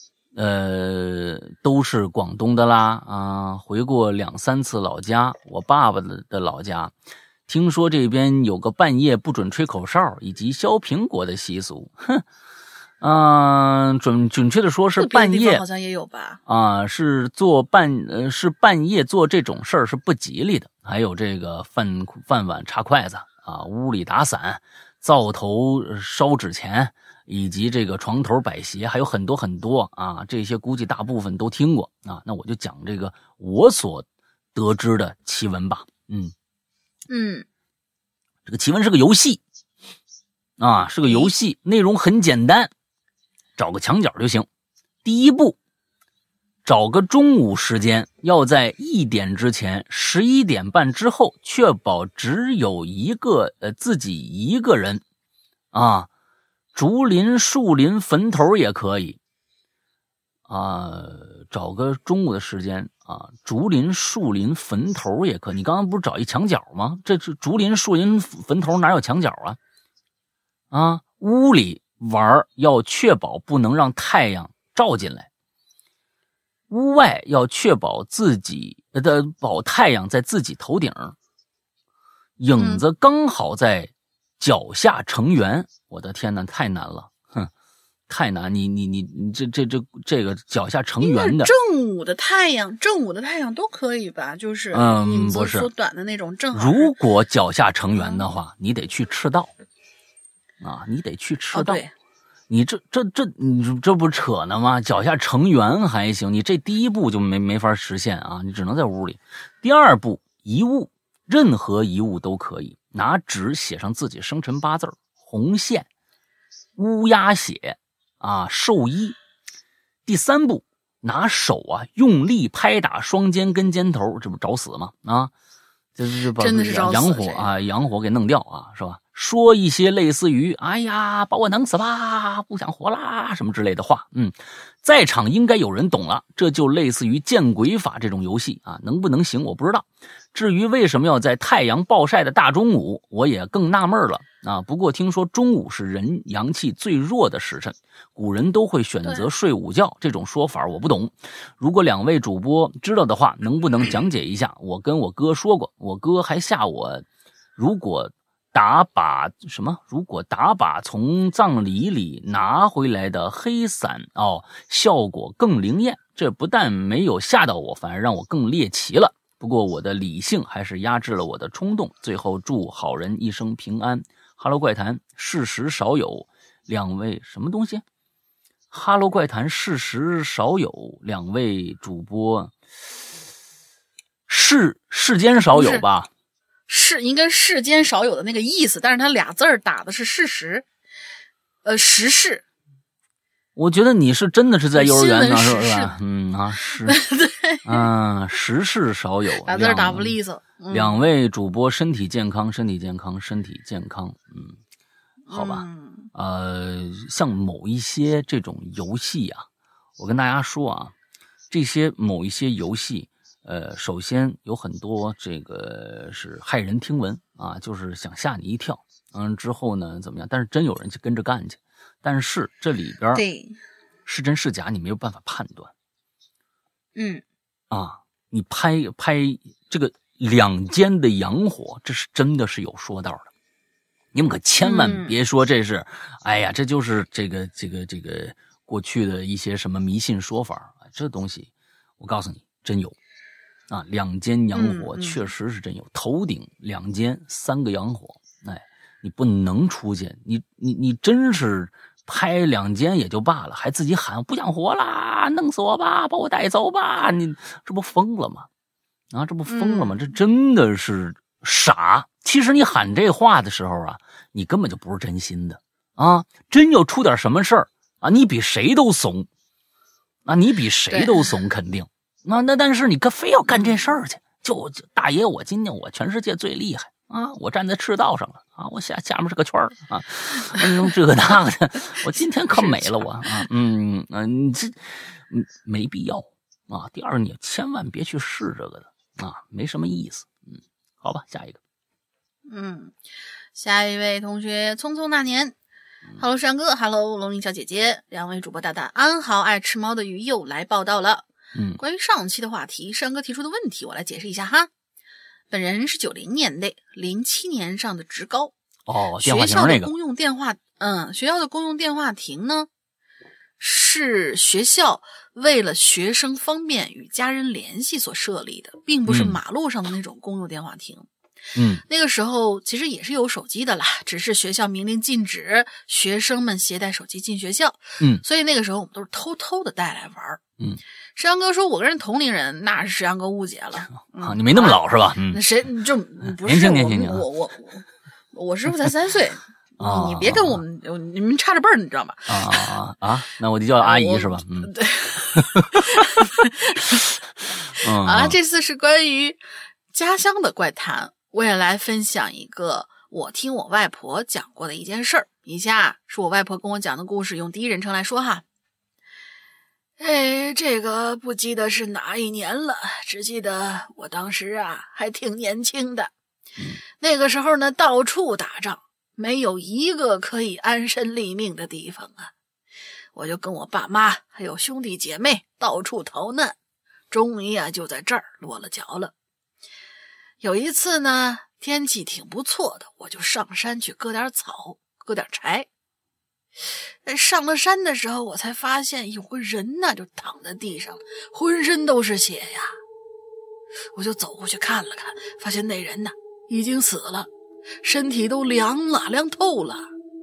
都是广东的啦。回过2-3次老家，我爸爸的老家。听说这边有个半夜不准吹口哨以及削苹果的习俗，准确的说是半夜， 好像也有吧？ 是半夜做这种事儿是不吉利的。还有这个饭碗插筷子屋里打伞、灶头烧纸钱，以及这个床头摆鞋，还有很多很多这些估计大部分都听过那我就讲这个我所得知的奇闻吧。这个奇闻是个游戏是个游戏，内容很简单，找个墙角就行。第一步，找个中午时间，要在1点之前，11点半之后，确保只有自己一个人竹林、树林、坟头也可以找个中午的时间竹林、树林、坟头也可以。你刚刚不是找一墙角吗？这是竹林、树林、坟头哪有墙角屋里玩要确保不能让太阳照进来，屋外要确保保太阳在自己头顶，影子刚好在脚下成圆。我的天哪，太难了，太难！你这个脚下成圆的， 正午的太阳都可以吧？就是影子缩短的那种正好。 如果脚下成圆的话，你得去赤道。 啊，你得去赤道。 对， 你你这不扯呢吗？脚下成缘还行，你这第一步就没法实现啊，你只能在屋里。第二步，遗物，任何遗物都可以，拿纸写上自己生辰八字，红线、乌鸦血啊，寿衣。第三步，拿手啊用力拍打双肩跟肩头，这不找死吗？啊，这把真的是找死阳火给弄掉啊，是吧？说一些类似于“哎呀，把我弄死吧，不想活啦”什么之类的话。在场应该有人懂了，这就类似于见鬼法这种游戏啊，能不能行我不知道。至于为什么要在太阳暴晒的大中午，我也更纳闷了啊。不过听说中午是人阳气最弱的时辰，古人都会选择睡午觉，这种说法我不懂。如果两位主播知道的话，能不能讲解一下？我跟我哥说过，我哥还吓我，如果打把从葬礼里拿回来的黑伞效果更灵验。这不但没有吓到我，反而让我更猎奇了。不过我的理性还是压制了我的冲动。最后祝好人一生平安。哈喽怪谈，事实少有，两位什么东西？哈喽怪谈，事实少有，两位主播世间少有吧？ 是应该世间少有的那个意思，但是他俩字儿打的是事实，时事。 我觉得你是真的是在幼儿园呢，是吧？时事少有， 打字儿打不利索。 两位主播身体健康，身体健康，身体健康。好吧。像某一些这种游戏啊，我跟大家说啊，某一些游戏。首先有很多这个是骇人听闻啊，就是想吓你一跳。之后呢怎么样？但是真有人去跟着干去，但是这里边是真是假，你没有办法判断。你拍这个两间的阳火，这是真的是有说道的。你们可千万别说这是，哎呀，这就是这个过去的一些什么迷信说法啊，这东西我告诉你真有。两间阳火确实是真有，头顶2间3个阳火，你不能出现，你真是拍2间也就罢了，还自己喊不想活啦，弄死我吧，把我带走吧，你这不疯了吗？这不疯了吗？这真的是傻。其实你喊这话的时候啊，你根本就不是真心的啊！真要出点什么事儿啊，你比谁都怂你比谁都怂，肯定。但是你非要干这事儿去，就大爷，今天我全世界最厉害啊！我站在赤道上了啊！我下面是个圈儿啊，这个那个的，我今天可美了我啊！你这没必要啊。第二，你千万别去试这个的啊，没什么意思。好吧，下一个。 下一位同学，匆匆那年。Hello 山哥 ，Hello 龙鳞小姐姐，两位主播大大安好，爱吃猫的鱼又来报道了。关于上期的话题，山哥提出的问题，我来解释一下哈。本人是90年的07年上的职高。 电话亭那个。 学校的公用电话亭呢，是学校为了学生方便与家人联系所设立的，并不是马路上的那种公用电话亭。那个时候其实也是有手机的啦，只是学校明令禁止学生们携带手机进学校。所以那个时候我们都是偷偷的带来玩。石阳哥说我跟人同龄人，那是石阳哥误解了。 你没那么老是吧？ 那谁就不是年轻我师傅才3岁。你别跟我们你们差着辈儿，你知道吗？ 那我就叫阿姨是吧？ 对。这次是关于家乡的怪谈，我也来分享一个我听我外婆讲过的一件事儿。以下是我外婆跟我讲的故事，用第一人称来说哈。这个不记得是哪一年了，只记得我当时还挺年轻的。那个时候呢，到处打仗，没有一个可以安身立命的地方啊。我就跟我爸妈还有兄弟姐妹到处逃难，终于就在这儿落了脚了。有一次呢，天气挺不错的，我就上山去割点草，割点柴。上了山的时候，我才发现有个人呢，就躺在地上，浑身都是血呀。我就走过去看了看，发现那人呢已经死了，身体都凉透了。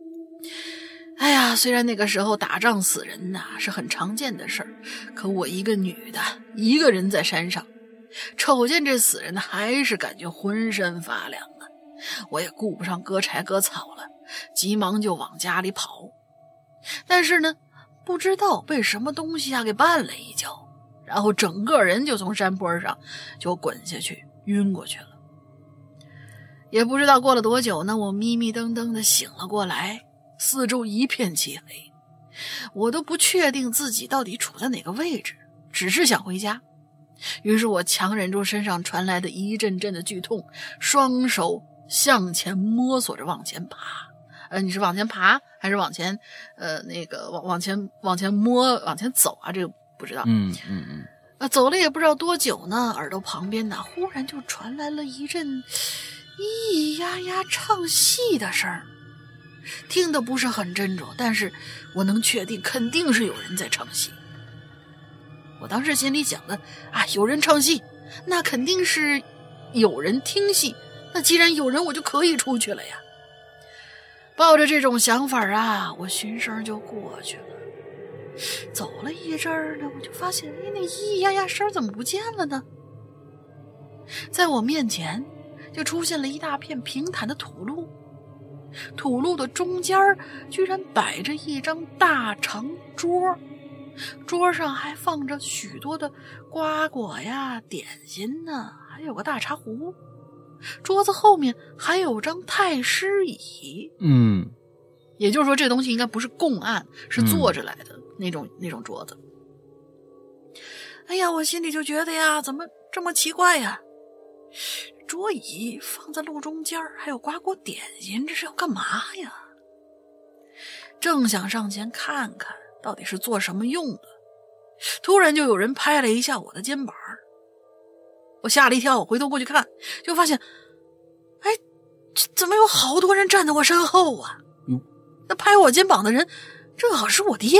哎呀，虽然那个时候打仗死人呐是很常见的事儿，可我一个女的，一个人在山上，瞅见这死人呢，还是感觉浑身发凉啊！我也顾不上割柴割草了，急忙就往家里跑。但是呢，不知道被什么东西给绊了一跤，然后整个人就从山坡上就滚下去，晕过去了。也不知道过了多久呢，我迷迷瞪瞪的醒了过来，四周一片漆黑，我都不确定自己到底处在哪个位置，只是想回家。于是我强忍住身上传来的一阵阵的剧痛，双手向前摸索着往前爬。你是往前爬还是往前往前摸往前走啊？这个不知道。走了也不知道多久呢，耳朵旁边呢忽然就传来了一阵咿咿呀呀唱戏的声儿，听得不是很斟酌，但是我能确定肯定是有人在唱戏。我当时心里想的有人唱戏，那肯定是有人听戏，那既然有人，我就可以出去了呀。抱着这种想法我循声就过去了。走了一阵儿呢，我就发现那咿咿呀呀声怎么不见了呢？在我面前就出现了一大片平坦的土路，土路的中间居然摆着一张大长桌，桌上还放着许多的瓜果呀、点心呢，还有个大茶壶。桌子后面还有张太师椅，也就是说这东西应该不是供案，是坐着来的那种桌子。哎呀，我心里就觉得呀，怎么这么奇怪呀？桌椅放在路中间，还有瓜果点心，这是要干嘛呀？正想上前看看到底是做什么用的，突然就有人拍了一下我的肩膀，我吓了一跳，我回头过去看，就发现这怎么有好多人站在我身后啊？那拍我肩膀的人正好是我爹。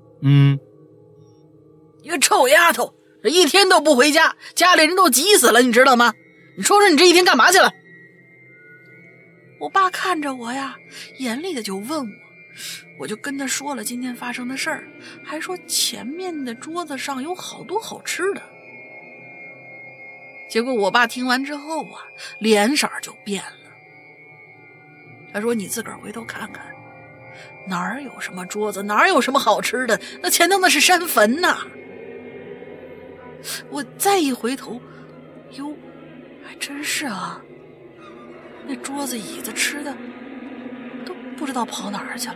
一个臭丫头，这一天都不回家，家里人都急死了，你知道吗？你说说你这一天干嘛去了？我爸看着我呀，严厉的就问我就跟他说了今天发生的事儿，还说前面的桌子上有好多好吃的。结果我爸听完之后脸色就变了。他说：“你自个儿回头看看，哪儿有什么桌子，哪儿有什么好吃的？那前头那是山坟呐！”我再一回头，哟，还真是啊，那桌子椅子吃的都不知道跑哪儿去了。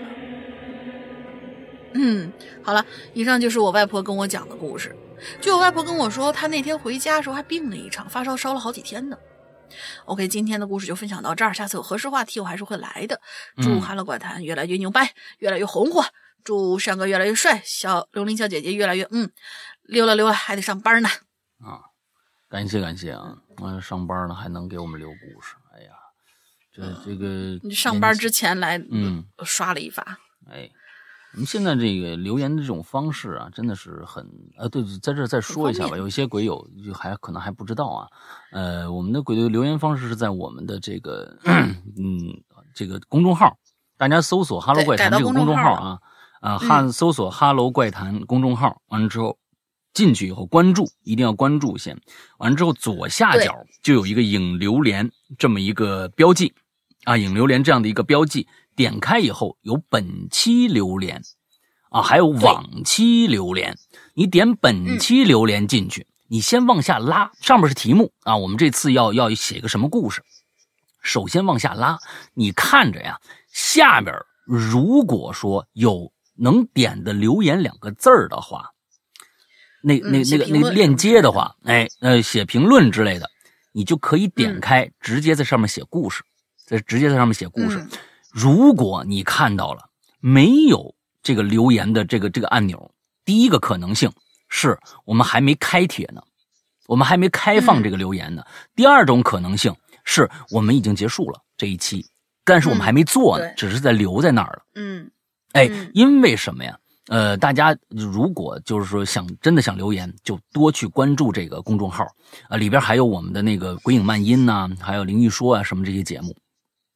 好了，以上就是我外婆跟我讲的故事。据我外婆跟我说，她那天回家的时候还病了一场，发烧烧了好几天呢。OK， 今天的故事就分享到这儿，下次有合适话题我还是会来的。祝哈喽怪谈越来越牛掰，越来越红火，祝上哥越来越帅，小刘玲小姐姐越来越溜了还得上班呢。 感谢啊！上班呢还能给我们留故事，哎呀，这个你上班之前来刷了一发。 我们现在这个留言的这种方式真的是很对，在这儿再说一下吧，有一些鬼友就可能还不知道我们的鬼友留言方式是在我们的这个这个公众号，大家搜索哈喽怪谈这个公众号搜索哈喽怪谈公众号，完了之后进去以后关注，一定要关注先，完了之后左下角就有一个影留言这么一个标记影留言这样的一个标记，点开以后有本期留言还有往期留言，你点本期留言进去，你先往下拉，上面是题目我们这次要写个什么故事，首先往下拉，你看着呀，下边如果说有能点的留言2个字的话，那个链接的话，写评论之类的，你就可以点开，直接在上面写故事，直接在上面写故事。如果你看到了没有这个留言的这个按钮，第一个可能性是我们还没开帖呢，我们还没开放这个留言呢。第二种可能性是我们已经结束了这一期，但是我们还没做呢，只是在留在那儿了。因为什么呀？大家如果就是说真的想留言，就多去关注这个公众号里边还有我们的那个鬼影漫音还有灵异说什么这些节目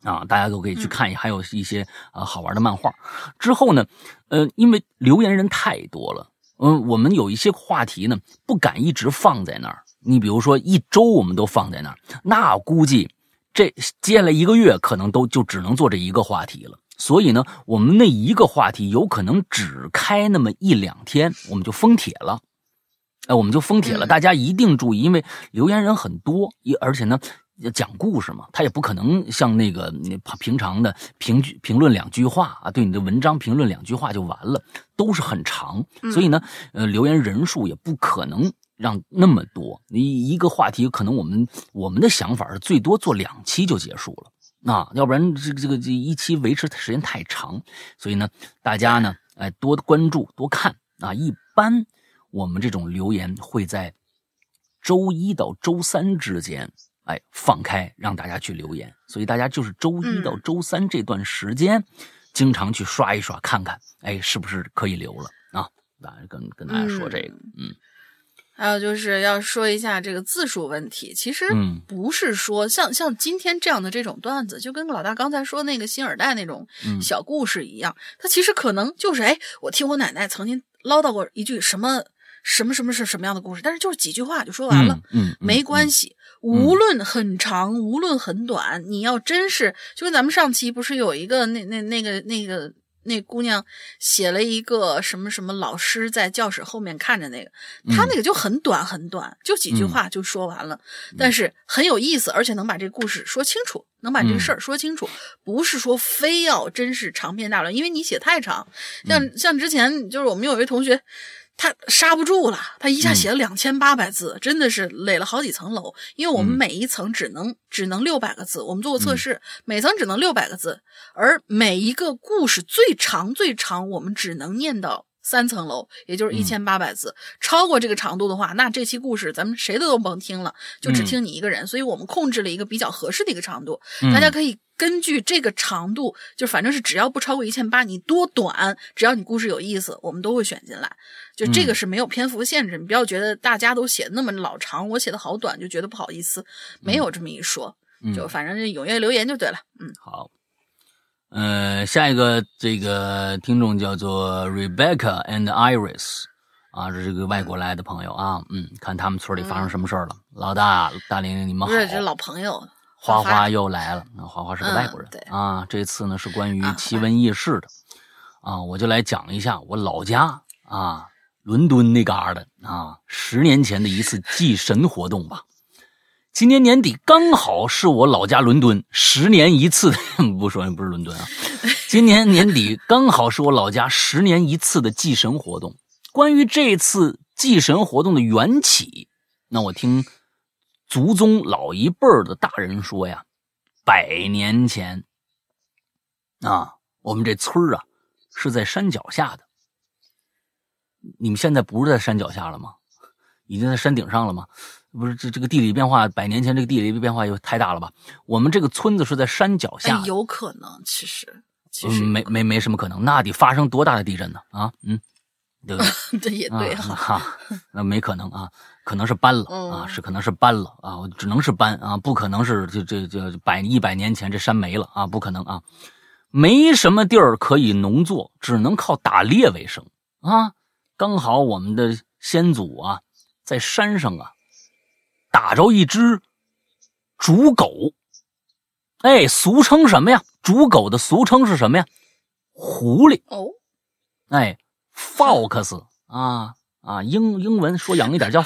啊，大家都可以去看，还有一些好玩的漫画。之后呢，因为留言人太多了，我们有一些话题呢不敢一直放在那儿。你比如说1周我们都放在那儿，那估计这接下来1个月可能就只能做这一个话题了。所以呢，我们那一个话题有可能只开那么1、2天，我们就封帖了。大家一定注意，因为留言人很多，而且呢讲故事嘛，他也不可能像那个平常的评论2句话啊，对你的文章评论2句话就完了，都是很长，所以呢留言人数也不可能让那么多。一个话题可能我们的想法是最多做2期就结束了啊，要不然这一期维持时间太长。所以呢大家呢多关注多看啊。一般我们这种留言会在周1到周3之间放开让大家去留言，所以大家就是周1到周3这段时间经常去刷一刷看看是不是可以留了啊。跟大家说这个还有就是要说一下这个字数问题，其实不是说像今天这样的这种段子，就跟老大刚才说那个新耳带那种小故事一样，它其实可能就是我听我奶奶曾经唠叨过一句什么是什么样的故事，但是就是几句话就说完了，没关系，无论很长无论很短，你要真是就跟咱们上期不是有一个那姑娘写了一个什么老师在教室后面看着那个，她那个就很短很短，就几句话就说完了，但是很有意思，而且能把这个故事说清楚，能把这个事儿说清楚，不是说非要真是长篇大论，因为你写太长，像之前就是我们有一位同学，他刹不住了，他一下写了2800字，真的是垒了好几层楼。因为我们每一层只能600个字，我们做过测试，每层只能600个字，而每一个故事最长我们只能念到3层楼，也就是1800字。超过这个长度的话，那这期故事咱们谁都甭听了，就只听你一个人。所以我们控制了一个比较合适的一个长度，大家可以根据这个长度，就反正是只要不超过1800，你多短，只要你故事有意思，我们都会选进来。就这个是没有篇幅限制，你不要觉得大家都写那么老长，我写的好短就觉得不好意思，没有这么一说。就反正踊跃留言就对了。 好。下一个这个听众叫做 Rebecca and Iris 啊，是这个外国来的朋友啊。看他们村里发生什么事儿了。老大大玲你们好。 不是，这老朋友花花又来了。花花是个外国人啊。这次呢是关于奇闻异事的啊，我就来讲一下我老家啊，伦敦那旮的啊，10年前的一次祭神活动吧。今年年底刚好是我老家伦敦10年一次的，不是伦敦啊。今年年底刚好是我老家10年一次的祭神活动。关于这次祭神活动的缘起，那我听族宗老一辈的大人说呀，100年前啊，我们这村啊是在山脚下的。你们现在不是在山脚下了吗？已经在山顶上了吗？不是，这个地理变化，100年前这个地理变化又太大了吧？我们这个村子是在山脚下， 有可能，其实没什么可能，那得发生多大的地震呢？啊，对不对？ 这也对那没可能啊，可能是搬了啊，可能是搬了啊，只能是搬啊，不可能是这100年前这山没了啊，不可能啊，没什么地儿可以农作，只能靠打猎为生啊。刚好我们的先祖啊，在山上啊。打着一只竹狗，俗称什么呀？竹狗的俗称是什么呀？狐狸。fox 英文说洋一点叫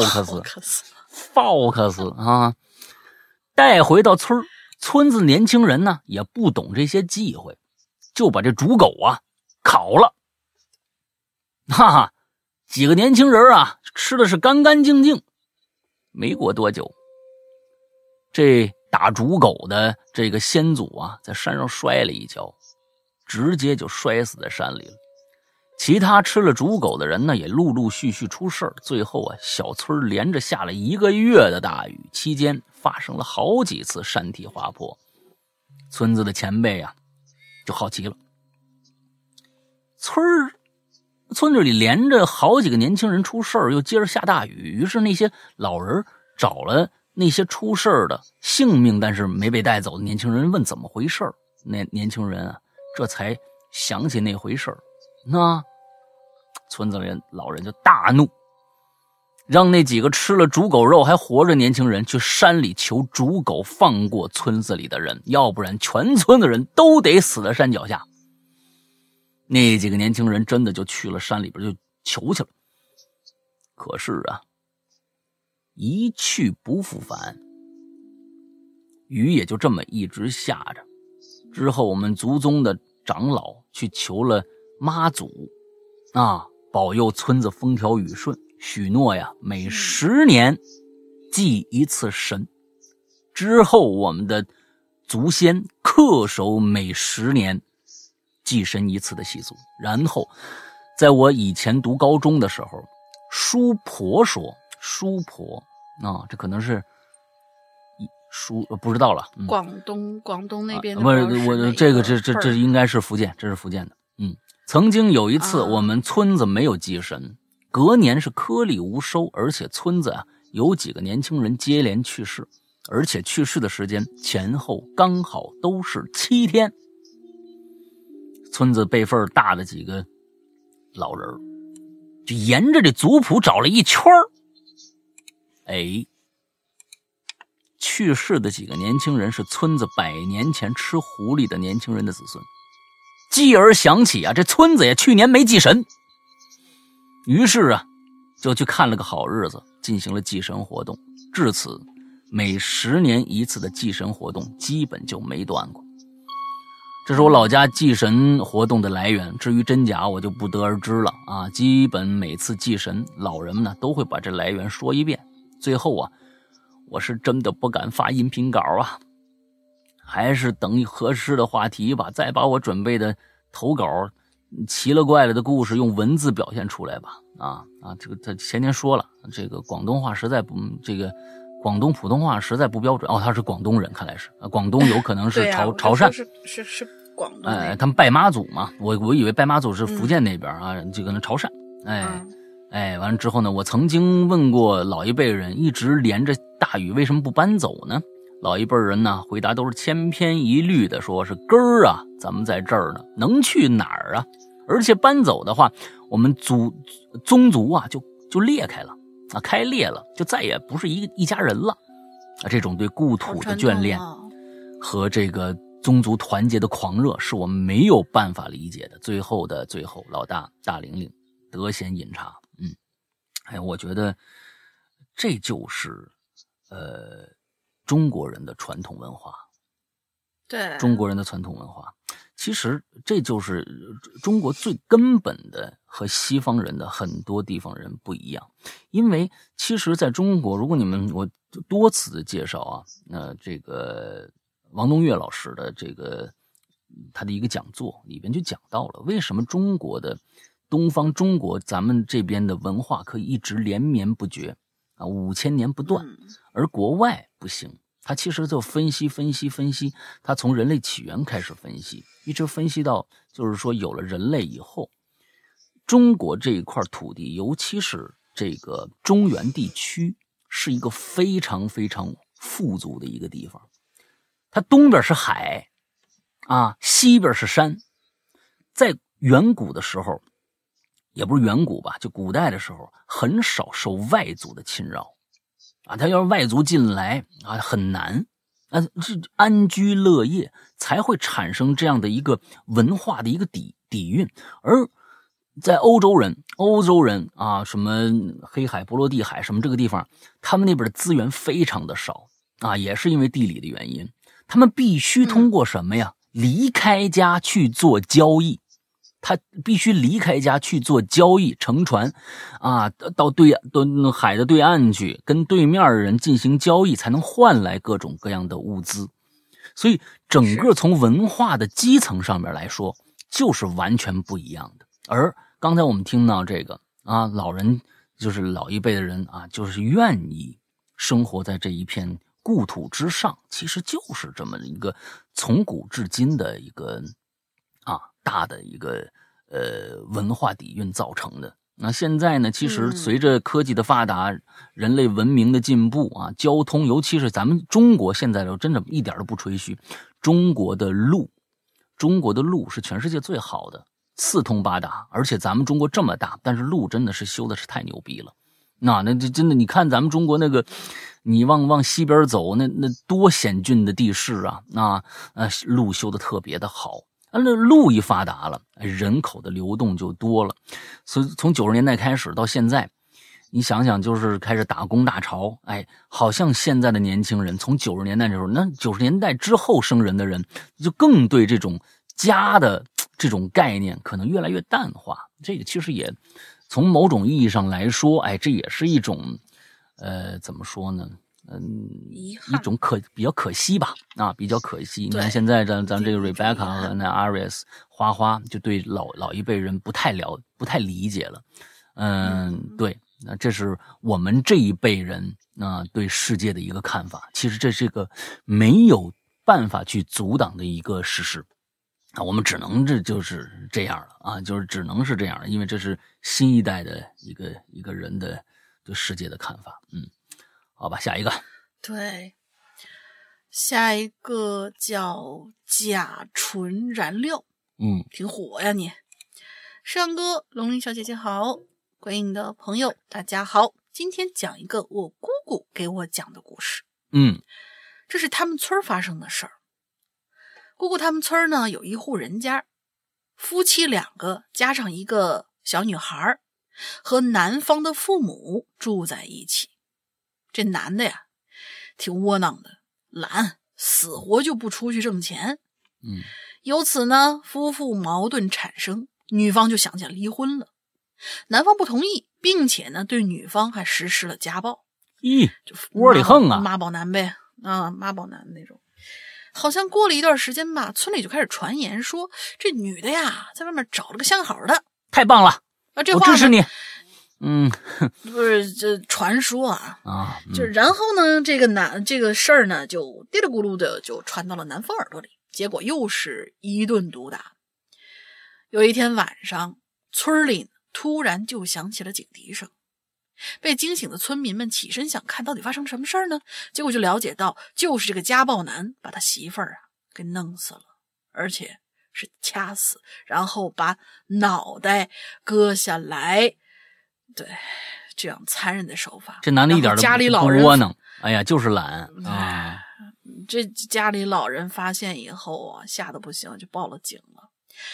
fox 啊。带回到村子年轻人呢也不懂这些忌讳，就把这竹狗啊烤了。几个年轻人啊吃的是干干净净。没过多久，这打竹狗的这个先祖啊，在山上摔了一跤，直接就摔死在山里了。其他吃了竹狗的人呢，也陆陆续续出事儿。最后啊，小村连着下了1个月的大雨，期间发生了好几次山体滑坡。村子的前辈啊，就好奇了，村子里连着好几个年轻人出事儿，又接着下大雨，于是那些老人找了那些出事儿的性命但是没被带走的年轻人问怎么回事儿，那年轻人啊这才想起那回事儿。那村子里老人就大怒，让那几个吃了猪狗肉还活着年轻人去山里求猪狗放过村子里的人，要不然全村的人都得死在山脚下。那几个年轻人真的就去了山里边就求去了，可是啊一去不复返，雨也就这么一直下着。之后我们族宗的长老去求了妈祖啊，保佑村子风调雨顺，许诺呀每10年祭一次神。之后我们的祖先恪守每10年祭神一次的习俗。然后在我以前读高中的时候，叔婆说，叔婆啊，这可能是不知道了。 广东那边的不是我这个这应该是福建，这是福建的。曾经有一次我们村子没有祭神，隔年是颗粒无收，而且村子啊有几个年轻人接连去世，而且去世的时间前后刚好都是7天。村子辈分大的几个老人就沿着这族谱找了一圈去世的几个年轻人是村子100年前吃狐狸的年轻人的子孙。继而想起啊，这村子也去年没祭神，于是啊就去看了个好日子，进行了祭神活动。至此每10年一次的祭神活动基本就没断过。这是我老家祭神活动的来源，至于真假我就不得而知了啊。基本每次祭神，老人们呢都会把这来源说一遍。最后啊，我是真的不敢发音频稿啊，还是等合适的话题吧，再把我准备的投稿奇了怪了的故事用文字表现出来吧。这个他前天说了，这个广东话实在不，这个广东普通话实在不标准。他是广东人，看来是广东有可能是潮汕， 是广东。 他们拜妈祖嘛，我以为拜妈祖是福建那边啊，这个潮汕。完了之后呢，我曾经问过老一辈人，一直连着大雨为什么不搬走呢？老一辈人呢回答都是千篇一律的，说是根儿啊咱们在这儿呢，能去哪儿啊？而且搬走的话，我们宗族啊就裂开了啊，开裂了，就再也不是一家人了啊。这种对故土的眷恋和这个宗族团结的狂热是我们没有办法理解的。最后，老大玲玲得闲饮茶。我觉得这就是中国人的传统文化。 对， 中国人的传统文化，其实这就是中国最根本的和西方人的很多地方人不一样。因为其实在中国，如果我多次的介绍啊，这个王东岳老师的这个他的一个讲座里边就讲到了，为什么中国的东方中国咱们这边的文化可以一直连绵不绝啊，5000年不断，而国外不行。他其实就分析，他从人类起源开始分析，一直分析到就是说有了人类以后，中国这一块土地，尤其是这个中原地区，是一个非常非常富足的一个地方。它东边是海啊，西边是山。在远古的时候，也不是远古吧，就古代的时候，很少受外族的侵扰啊。他要是外族进来啊，很难啊，这安居乐业才会产生这样的一个文化的一个底蕴。而在欧洲人啊，什么黑海、波罗的海什么这个地方，他们那边的资源非常的少啊，也是因为地理的原因，他们必须通过什么呀？离开家去做交易。他必须离开家去做交易，乘船啊，到海的对岸去，跟对面的人进行交易，才能换来各种各样的物资。所以整个从文化的基层上面来说，就是完全不一样的。而刚才我们听到这个啊，老人就是老一辈的人啊，就是愿意生活在这一片故土之上，其实就是这么一个从古至今的一个大的一个文化底蕴造成的那现在呢，其实随着科技的发达，人类文明的进步啊，交通，尤其是咱们中国现在真的一点都不吹嘘，中国的路是全世界最好的，四通八达，而且咱们中国这么大，但是路真的是修的是太牛逼了。那这真的，你看咱们中国那个，你往西边走，那多险峻的地势啊，路修的特别的好。那路一发达了，人口的流动就多了。所以从90年代开始到现在，你想想，就是开始打工大潮，好像现在的年轻人从90年代的时候，那90年代之后生人的人，就更对这种家的这种概念可能越来越淡化。这个其实也从某种意义上来说，这也是一种，怎么说呢？一种比较可惜吧，比较可惜。你看现在咱这个 Rebecca 和那 Aries 花就对老一辈人不太理解了。对，那这是我们这一辈人对世界的一个看法。其实这是个没有办法去阻挡的一个事实。我们只能就是这样了就是只能是这样，因为这是新一代的一个人的对世界的看法。好吧，下一个。 对，下一个叫甲醇燃料。挺火呀你。上哥，龙鳞小姐姐好，观影的朋友大家好，今天讲一个我姑姑给我讲的故事。这是他们村发生的事儿。姑姑他们村呢有一户人家，夫妻2个加上一个小女孩，和男方的父母住在一起。这男的呀挺窝囊的，懒，死活就不出去挣钱。由此呢夫妇矛盾产生，女方就想起来离婚了。男方不同意，并且呢对女方还实施了家暴。就窝里横啊， 妈宝男呗，妈宝男那种。好像过了一段时间吧，村里就开始传言说这女的呀在外面找了个相好的。 太棒了这话我支持你。 不是这传说就然后呢这个事儿呢就嘀里咕噜的就传到了男方耳朵里，结果又是一顿毒打。有一天晚上，村里突然就响起了警笛声，被惊醒的村民们起身想看到底发生什么事儿呢？结果就了解到，就是这个家暴男把他媳妇儿给弄死了，而且是掐死，然后把脑袋割下来。对，这样残忍的手法， 这男的一点都家里老人不窝囊，就是懒这家里老人发现以后吓得不行，就报了警了。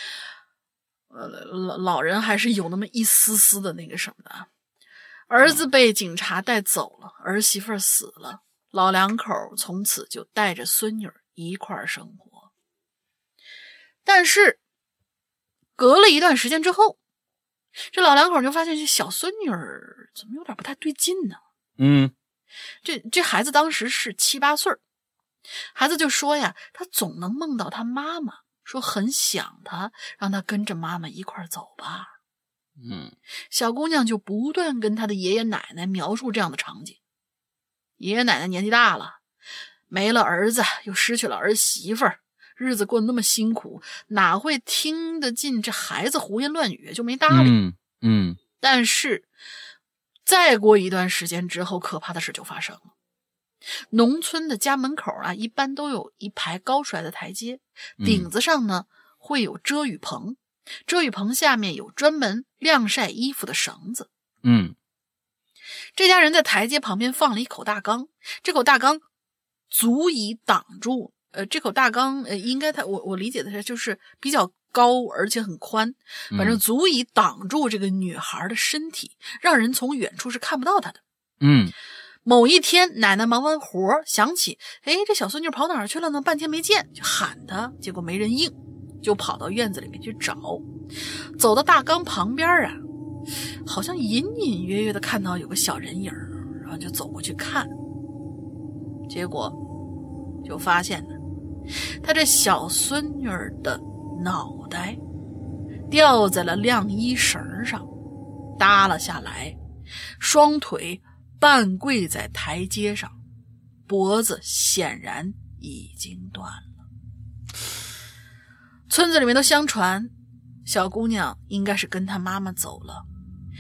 老人还是有那么一丝丝的那个什么的。儿子被警察带走了，儿媳妇死了，老两口从此就带着孙女一块儿生活。但是隔了一段时间之后，这老两口就发现这小孙女怎么有点不太对劲呢？这孩子当时是7、8岁，孩子就说呀，他总能梦到他妈妈，说很想他，让他跟着妈妈一块儿走吧。小姑娘就不断跟她的爷爷奶奶描述这样的场景。爷爷奶奶年纪大了，没了儿子，又失去了儿媳妇儿，日子过得那么辛苦，哪会听得进这孩子胡言乱语，就没搭理。但是再过一段时间之后，可怕的事就发生了。农村的家门口一般都有一排高出来的台阶，顶子上呢会有遮雨棚，遮雨棚下面有专门晾晒衣服的绳子。这家人在台阶旁边放了一口大缸，这口大缸足以挡住这口大缸应该我理解的是就是比较高而且很宽，反正足以挡住这个女孩的身体，让人从远处是看不到她的。某一天奶奶忙完活想起这小孙女跑哪儿去了呢，半天没见，就喊她，结果没人应，就跑到院子里面去找。走到大缸旁边好像隐隐约约的看到有个小人影，然后就走过去看，结果就发现呢，他这小孙女的脑袋掉在了晾衣绳上，耷拉下来，双腿半跪在台阶上，脖子显然已经断了。村子里面都相传小姑娘应该是跟她妈妈走了，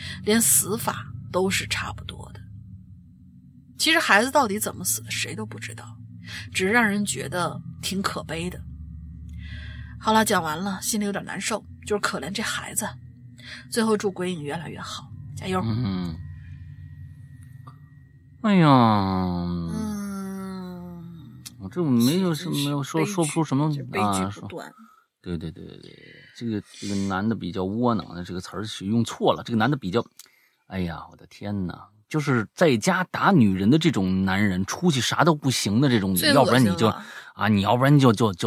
连死法都是差不多的。其实孩子到底怎么死的谁都不知道，只是让人觉得挺可悲的。好了，讲完了，心里有点难受，就是可怜这孩子。最后祝鬼影越来越好，加油。 哎呀，我这没有什么说不出什么啊，说对，这个男的比较窝囊的这个词儿用错了，这个男的比较，哎呀，我的天哪！就是在家打女人的这种男人，出去啥都不行的这种，要不然你就啊，你要不然就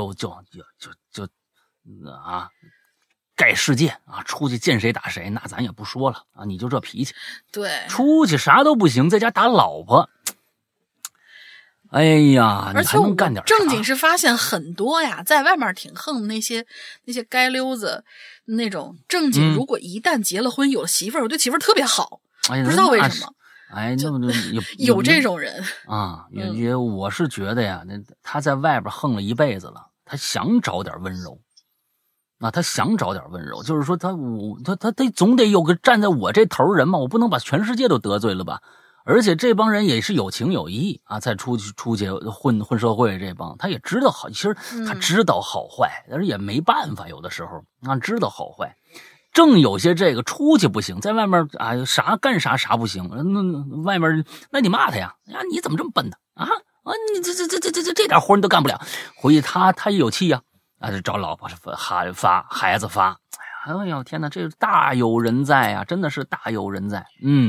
啊，盖世界啊，出去见谁打谁，那咱也不说了啊，你就这脾气， 对， 出去啥都不行，在家打老婆，哎呀，你还能干点啥？ 正经是发现很多呀，在外面挺横的那些街溜子，那种正经，如果一旦结了婚有了媳妇儿，我对媳妇儿特别好，不知道为什么。 哎，那么有这种人啊，我是觉得呀，那他在外边横了一辈子了，他想找点温柔，啊，他想找点温柔，就是说他总得有个站在我这头人嘛，我不能把全世界都得罪了吧？而且这帮人也是有情有义啊，再出去混社会，这帮他也知道好，其实他知道好坏，但是也没办法，有的时候啊，知道好坏。正有些这个出去不行，在外面啊干啥不行，那外面那你骂他呀，你怎么这么笨呢？你这点活你都干不了，回去他也有气呀，就找老婆发孩子发，哎呀天哪，这大有人在啊，真的是大有人在。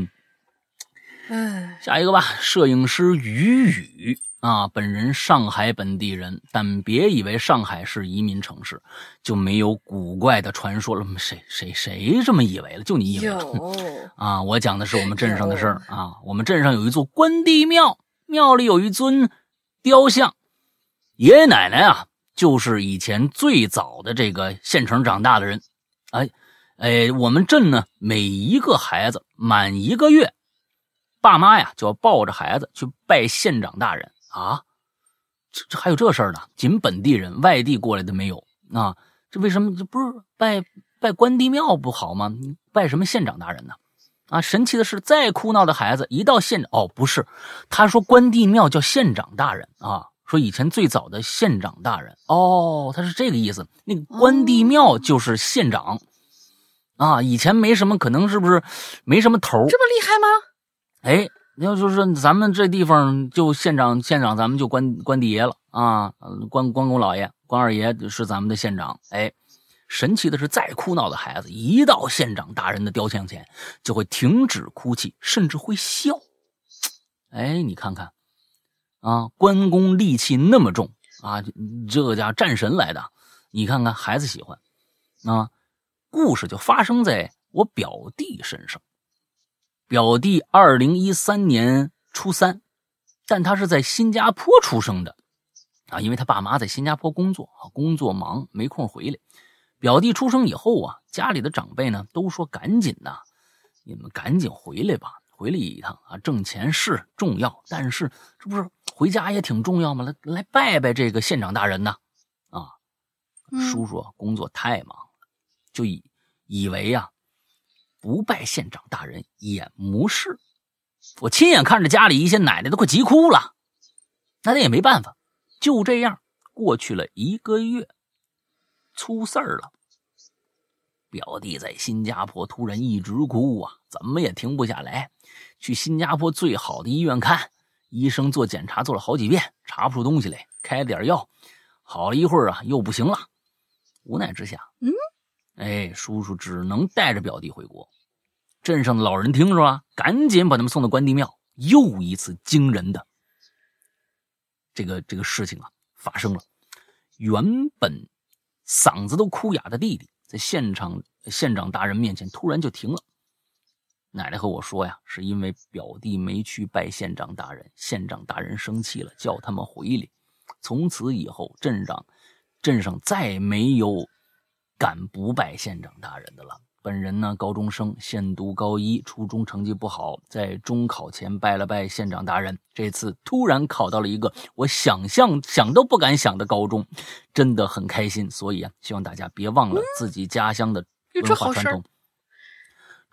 下一个吧，摄影师于啊，本人上海本地人，但别以为上海是移民城市就没有古怪的传说了。谁这么以为了？就你以为了啊？我讲的是我们镇上的事儿啊。我们镇上有一座关帝庙，庙里有一尊雕像，爷爷奶奶啊，就是以前最早的这个县城长大的人。我们镇呢，每一个孩子满1个月，爸妈呀就要抱着孩子去拜县长大人。啊，这还有这事儿呢？仅本地人，外地过来的没有啊？这为什么这不是拜关帝庙不好吗？拜什么县长大人呢？啊，神奇的是，再哭闹的孩子一到县长，不是，他说关帝庙叫县长大人啊，说以前最早的县长大人，他是这个意思。那个关帝庙就是县长啊，以前没什么，可能是不是没什么头？ 这么厉害吗？ 要就是说咱们这地方就县长咱们就关帝爷了啊，关公老爷、关二爷是咱们的县长。神奇的是，再哭闹的孩子一到县长大人的雕像前就会停止哭泣，甚至会笑。你看看啊，关公戾气那么重啊，这家战神来的，你看看孩子喜欢啊。故事就发生在我表弟身上。表弟2013年初3，但他是在新加坡出生的啊，因为他爸妈在新加坡工作忙，没空回来。表弟出生以后啊，家里的长辈呢都说赶紧的，你们赶紧回来吧，回来一趟啊，挣钱是重要，但是这不是回家也挺重要吗？来拜拜这个县长大人呢啊。叔叔工作太忙了，就以为啊不拜县长大人也无事。我亲眼看着家里一些奶奶都快急哭了，那也没办法，就这样过去了1个月，出事儿了。表弟在新加坡突然一直哭啊，怎么也停不下来，去新加坡最好的医院看，医生做检查做了好几遍，查不出东西来，开了点药，好了一会儿啊又不行了。无奈之下叔叔只能带着表弟回国。镇上的老人听着啊，赶紧把他们送到关帝庙。又一次惊人的这个事情啊发生了。原本嗓子都哭哑的弟弟，在县长大人面前突然就停了。奶奶和我说呀，是因为表弟没去拜县长大人，县长大人生气了，叫他们回来。从此以后，镇上再没有敢不拜县长大人的了。本人呢，高中生，现读高1，初中成绩不好，在中考前拜了拜县长大人，这次突然考到了一个我想都不敢想的高中，真的很开心。所以啊，希望大家别忘了自己家乡的文化传统。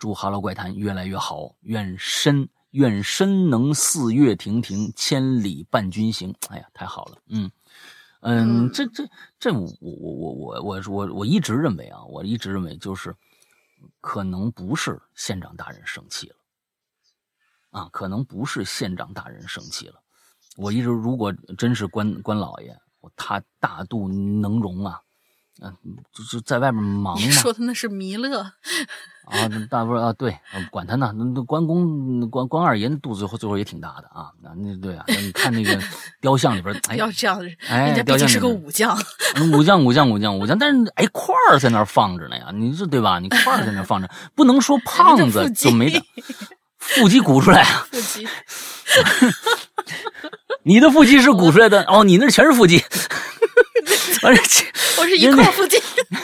祝哈喽怪谈越来越好，愿身能四月亭亭，千里伴君行。哎呀，太好了，这我一直认为啊，就是可能不是县长大人生气了啊，可能不是县长大人生气了。我一直如果真是关老爷，他大度能容啊，就在外面忙嘛。 你说的那是弥勒啊，大不啊，对，管他呢，那关二爷肚子最后也挺大的啊，那对啊，你看那个雕像里边，哎， 要这样， 哎， 人家毕竟是个武将， 武将，但是哎，块儿在那儿放着呢呀，你这对吧？你块儿在那儿放着，不能说胖子就没的，腹肌鼓出来啊， 腹肌， 你的腹肌是鼓出来的哦，你那全是腹肌， 我是一块腹肌。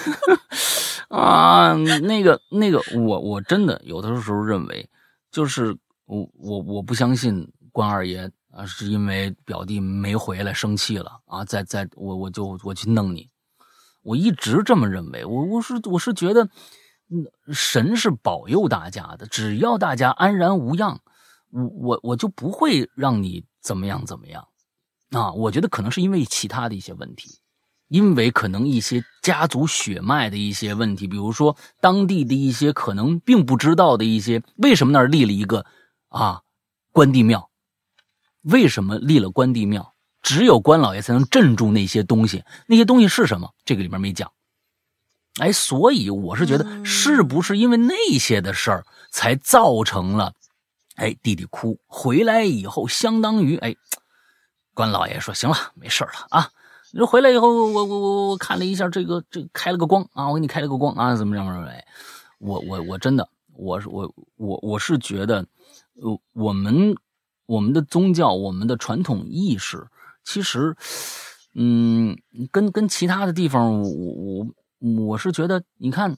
啊，那个，我真的有的时候认为，就是我不相信关二爷啊，是因为表弟没回来生气了啊，我去弄你，我一直这么认为，我是觉得，神是保佑大家的，只要大家安然无恙，我就不会让你怎么样啊，我觉得可能是因为其他的一些问题。因为可能一些家族血脉的一些问题，比如说当地的一些可能并不知道的一些，为什么那儿立了一个关帝庙？为什么立了关帝庙？只有关老爷才能镇住那些东西，那些东西是什么？这个里面没讲。哎，所以我是觉得，是不是因为那些的事儿，才造成了，弟弟哭回来以后，相当于关老爷说行了，没事了啊。你说回来以后，我看了一下这开了个光啊，我给你开了个光啊，怎么着？我真的，我是觉得，我们的宗教，我们的传统意识，其实，跟其他的地方，我是觉得，你看，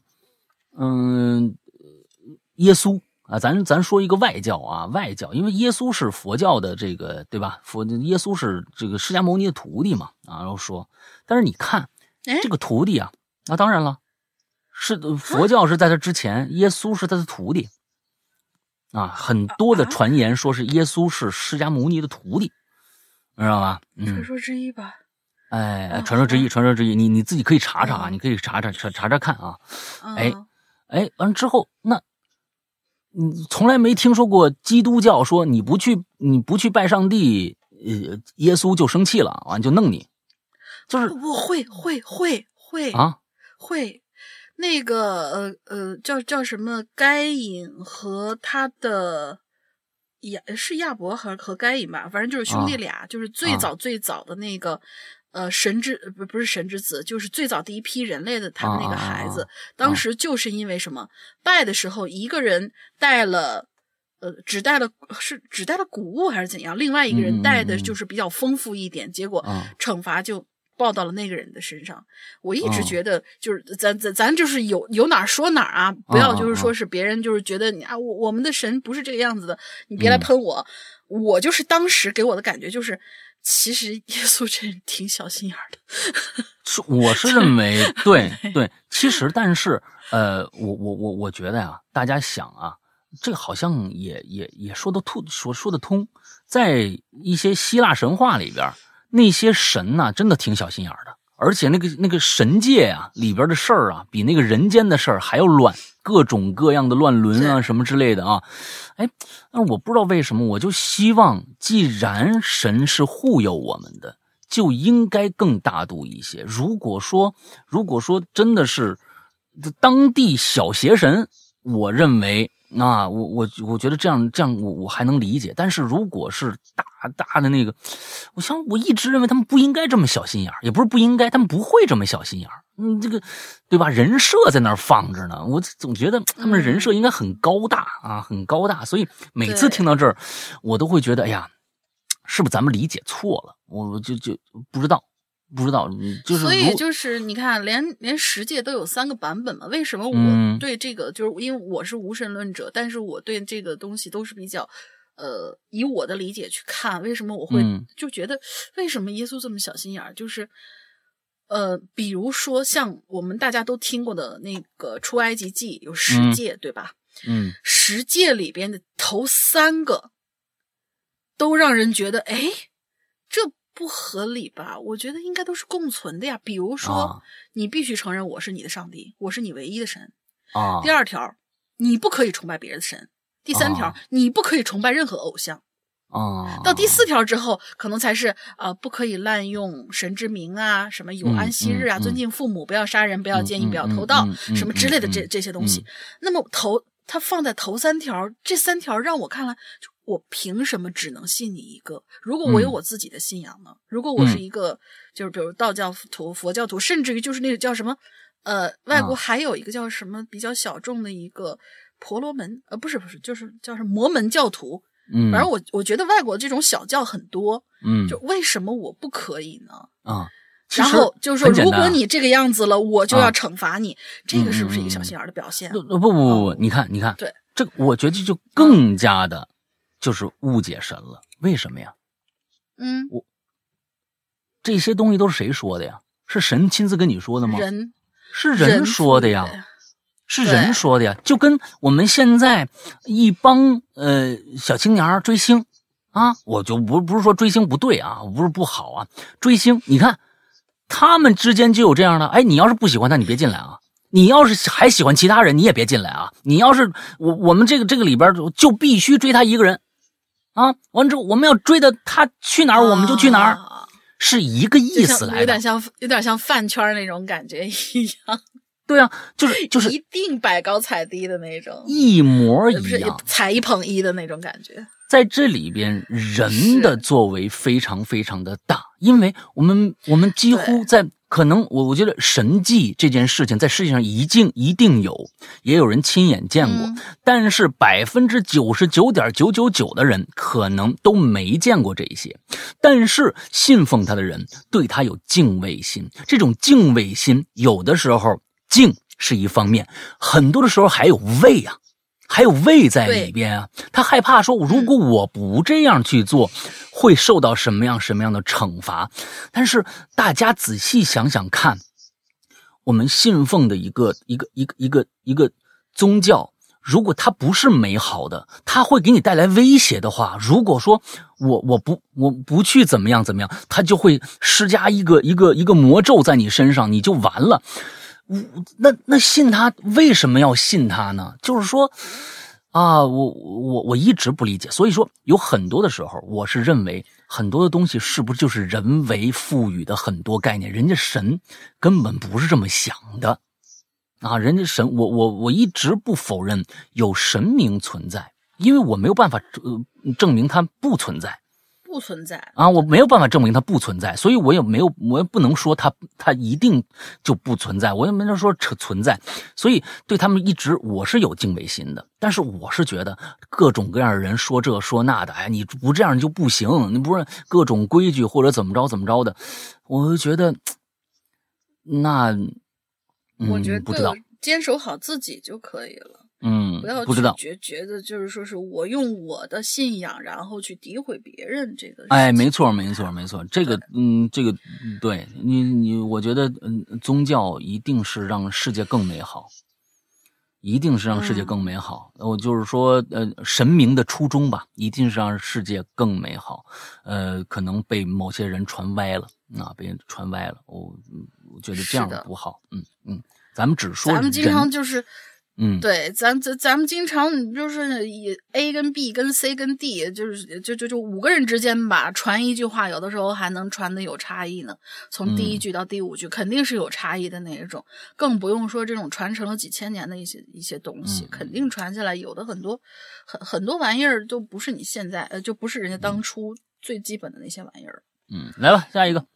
耶稣。啊，咱说一个外教啊，外教，因为耶稣是佛教的这个，对吧？耶稣是这个释迦牟尼的徒弟嘛，啊，然后说，但是你看这个徒弟啊，那当然了，是佛教是在他之前，耶稣是他的徒弟，啊，很多的传言说是耶稣是释迦牟尼的徒弟，知道吧？ 传说之一吧。 哎，传说之一，你自己可以查查啊，你可以查看啊。完了之后那。从来没听说过基督教说你不去拜上帝，耶稣就生气了，完就弄你，就是我会啊， 会那个叫什么？该隐和他的是亚伯和该隐吧，反正就是兄弟俩，就是最早的那个。不是神之子，就是最早第一批人类的他们那个孩子，当时就是因为什么拜的时候，一个人带了只带了谷物还是怎样，另外一个人带的就是比较丰富一点，结果惩罚就报到了那个人的身上。我一直觉得就是咱就是有哪儿说哪儿啊，不要就是说是别人就是觉得你我们的神不是这个样子的，你别来喷我。我就是当时给我的感觉就是。其实耶稣这人挺小心眼的， 我是认为对，其实但是我觉得呀，大家想啊，这好像也说得通，在一些希腊神话里边，那些神呐，真的挺小心眼的，而且那个神界啊里边的事儿啊，比那个人间的事儿还要乱，各种各样的乱伦啊什么之类的啊。但我不知道为什么，我就希望，既然神是护佑我们的，就应该更大度一些。如果说真的是当地小邪神，我认为啊，我觉得这样我还能理解。但是如果是大的那个，我一直认为他们不应该这么小心眼儿，也不是不应该，他们不会这么小心眼儿。这个对吧？人设在那儿放着呢，我总觉得他们人设应该很高大啊，很高大。所以每次听到这儿，我都会觉得，哎呀，是不是咱们理解错了？我就不知道，就是所以就是你看，连十诫都有3个版本嘛？为什么我对这个就是因为我是无神论者，但是我对这个东西都是比较以我的理解去看，为什么我会就觉得为什么耶稣这么小心眼儿？就是比如说像我们大家都听过的那个出埃及记有10诫，对吧？ 10届里边的头3个都让人觉得，哎，这不合理吧？我觉得应该都是共存的呀。比如说，你必须承认我是你的上帝，我是你唯一的神。第2条，你不可以崇拜别人的神。第3条，你不可以崇拜任何偶像。到第4条之后，可能才是不可以滥用神之名啊，什么有安息日啊，尊敬父母，不要杀人，不要奸淫，不要偷盗，什么之类的这些东西。那么它放在头3条，这3条让我看了，我凭什么只能信你一个？如果我有我自己的信仰呢？如果我是一个，就是比如道教徒、佛教徒，甚至于就是那个叫什么外国还有一个叫什么比较小众的一个婆罗门，不是，就是叫什么摩门教徒。反正我觉得外国这种小教很多，就为什么我不可以呢？然后就是说，如果你这个样子了，我就要惩罚你，这个是不是一个小心眼的表现？ 不，你看，对，这个我觉得就更加的，就是误解神了。为什么呀？这些东西都是谁说的呀？是神亲自跟你说的吗？是人说的呀。是人说的呀，就跟我们现在一帮小青年追星啊，我就不是说追星不对啊，不是不好啊，追星你看他们之间就有这样的，哎，你要是不喜欢他，你别进来啊，你要是还喜欢其他人，你也别进来啊，你要是我们这个里边就必须追他一个人啊，完之后我们要追的他去哪儿我们就去哪儿，是一个意思来的， 有点像饭圈那种感觉一样。 对啊，就是一定摆高踩低的那种， 一模一样， 不是踩一捧一的那种感觉。 在这里边，人的作为非常非常的大，因为我们几乎在可能我觉得神迹这件事情在世界上一定有，也有人亲眼见过，但是99.999%的人可能都没见过这些。但是信奉他的人对他有敬畏心，这种敬畏心有的时候。敬是一方面，很多的时候还有畏啊，还有畏在里边啊。他害怕说，如果我不这样去做，会受到什么样的惩罚。但是大家仔细想想看，我们信奉的一个宗教，如果它不是美好的，它会给你带来威胁的话，如果说我不去怎么样，它就会施加一个魔咒在你身上，你就完了。那信他为什么要信他呢？就是说啊，我一直不理解。所以说有很多的时候，我是认为很多的东西是不是就是人为赋予的很多概念，人家神根本不是这么想的啊！人家神，我一直不否认有神明存在，因为我没有办法证明它不存在。 不存在啊！我没有办法证明它不存在，所以我也不能说它一定就不存在，我也没能说存在，所以对他们一直我是有敬畏心的。但是我是觉得各种各样的人说这说那的，哎，你不这样就不行，你不是各种规矩或者怎么着的，我就觉得那我觉得不知道， 坚守好自己就可以了。不要不知道觉得就是说是我用我的信仰然后去诋毁别人这个。 哎，没错，这个对我觉得宗教一定是让世界更美好，一定是让世界更美好。我就是说神明的初衷吧，一定是让世界更美好。可能被某些人传歪了啊，被传歪了。我觉得这样不好。咱们只说人， 咱们经常就是对，咱们经常就是以 A 跟 B 跟 C 跟 D， 就5个人之间吧，传一句话，有的时候还能传的有差异呢。从第1句到第5句，肯定是有差异的那一种，更不用说这种传承了几千年的一些东西，肯定传下来有的很多玩意儿都不是你现在就不是人家当初最基本的那些玩意儿。 来吧，下一个。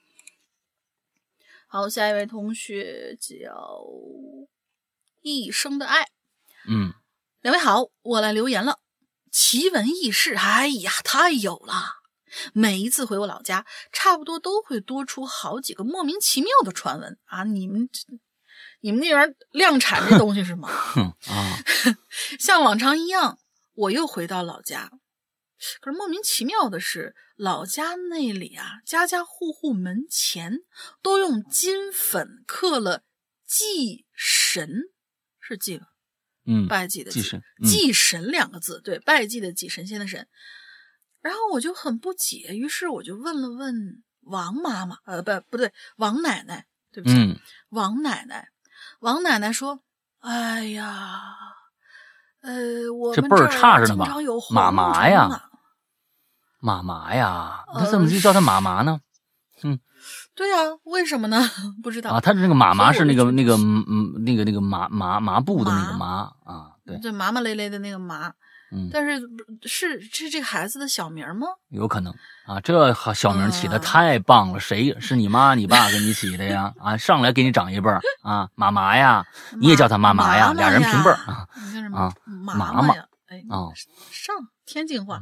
好，下一位同学叫一生的爱。两位好，我来留言了。奇闻异事，哎呀，太有了！每一次回我老家，差不多都会多出好几个莫名其妙的传闻啊！你们那边量产这东西是吗？像往常一样，我又回到老家。可是莫名其妙的是，老家那里啊，家家户户门前都用金粉刻了祭神，是祭吧？ 拜祭的祭神， 祭神2个字，对，拜祭的祭，神仙的神。然后我就很不解，于是我就问了问王妈妈，不对，王奶奶，对不起，王奶奶。王奶奶说：“哎呀，我们这辈儿差着呢吧？ 经常有妈妈呀，妈妈呀，他怎么就叫他妈妈呢？ 对啊，为什么呢？不知道啊，他的那个妈妈是那个麻布的那个麻啊， 对，麻麻咧咧的那个麻。但是这个孩子的小名吗？ 有可能啊，这小名起的太棒了，谁是你妈你爸给你起的呀？啊，上来给你长一辈儿啊，妈妈呀，你也叫他妈妈呀，俩人平辈儿啊， 妈妈呀，哎上天津话，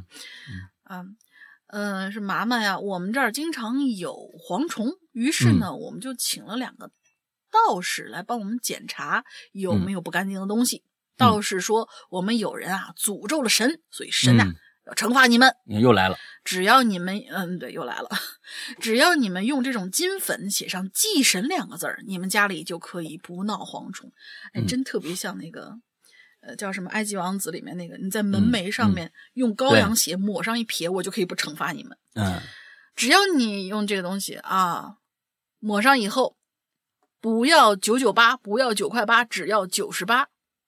是妈妈呀。我们这儿经常有蝗虫，于是呢，我们就请了2个道士来帮我们检查有没有不干净的东西。道士说我们有人诅咒了神，所以神要惩罚你们。 又来了， 只要你们对，又来了，只要你们用这种金粉写上祭神2个字，你们家里就可以不闹蝗虫。哎，真特别像那个叫什么埃及王子里面那个，你在门楣上面用羔羊血抹上一撇，我就可以不惩罚你们。只要你用这个东西抹上以后，不要998，不要9块8，只要98。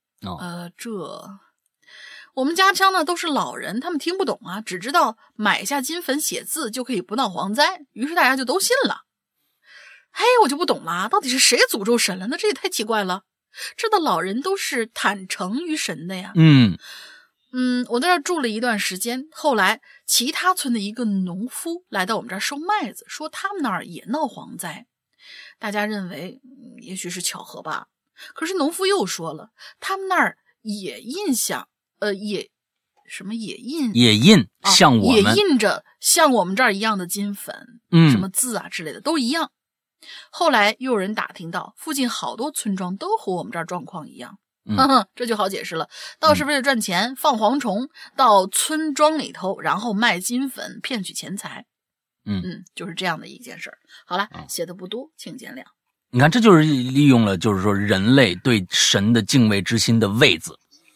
我们家乡呢都是老人，他们听不懂只知道买下金粉写字就可以不闹蝗灾，于是大家就都信了。嘿，我就不懂了，到底是谁诅咒神了呢？这也太奇怪了。这的老人都是坦诚于神的呀。我在这儿住了一段时间，后来其他村的一个农夫来到我们这儿收麦子，说他们那儿也闹蝗灾。大家认为也许是巧合吧。可是农夫又说了，他们那儿也印像也印像我们也印着像我们这儿一样的金粉，什么字之类的都一样。后来又有人打听到附近好多村庄都和我们这儿状况一样。这就好解释了，道士为了赚钱放蝗虫到村庄里头，然后卖金粉骗取钱财。就是这样的一件事儿。好了，写的不多，请见谅。 你看，这就是利用了，就是说人类对神的敬畏之心的位子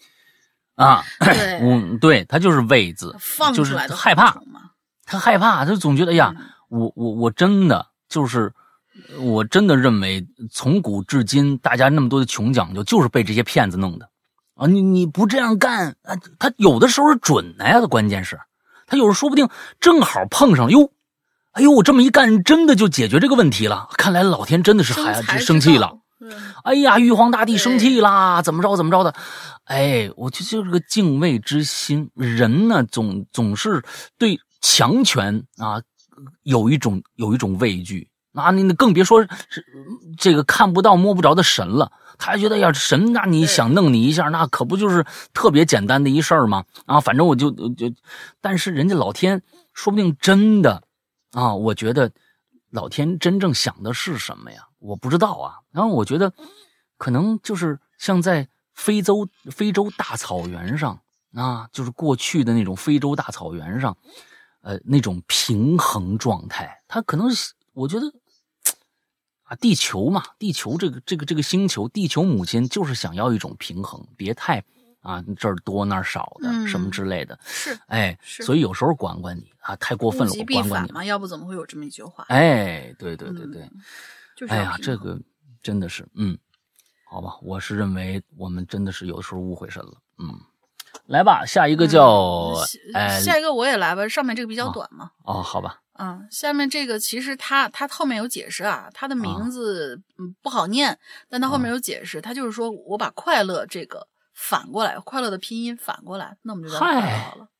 对，他就是位子，就是害怕，他害怕，他总觉得呀，我真的就是我真的认为，从古至今，大家那么多的穷讲究，就是被这些骗子弄的你不这样干他有的时候是准的呀，关键是他有时候说不定正好碰上哟。哎呦，我这么一干，真的就解决这个问题了。看来老天真的是生气了。哎呀，玉皇大帝生气啦，怎么着的？哎，我就这个敬畏之心，人呢总是对强权有一种畏惧你更别说是这个看不到摸不着的神了。他还觉得呀，神那你想弄你一下，那可不就是特别简单的一事儿吗？反正我就，但是人家老天说不定真的。我觉得老天真正想的是什么呀？我不知道然后我觉得可能就是像在非洲大草原上就是过去的那种非洲大草原上，那种平衡状态。它可能我觉得地球嘛，地球这个星球，地球母亲就是想要一种平衡，别太这儿多那儿少的，什么之类的。 是， 所以有时候管你太过分了，我管你嘛，要不怎么会有这么一句话？ 对， 就是这个真的是，好吧，我是认为我们真的是有的时候误会神了，来吧，下一个叫， 下一个我也来吧，上面这个比较短嘛。 好吧。 下面这个其实他后面有解释他的名字不好念，但他后面有解释，他就是说我把快乐这个反过来，快乐的拼音反过来，那我们就快乐好了。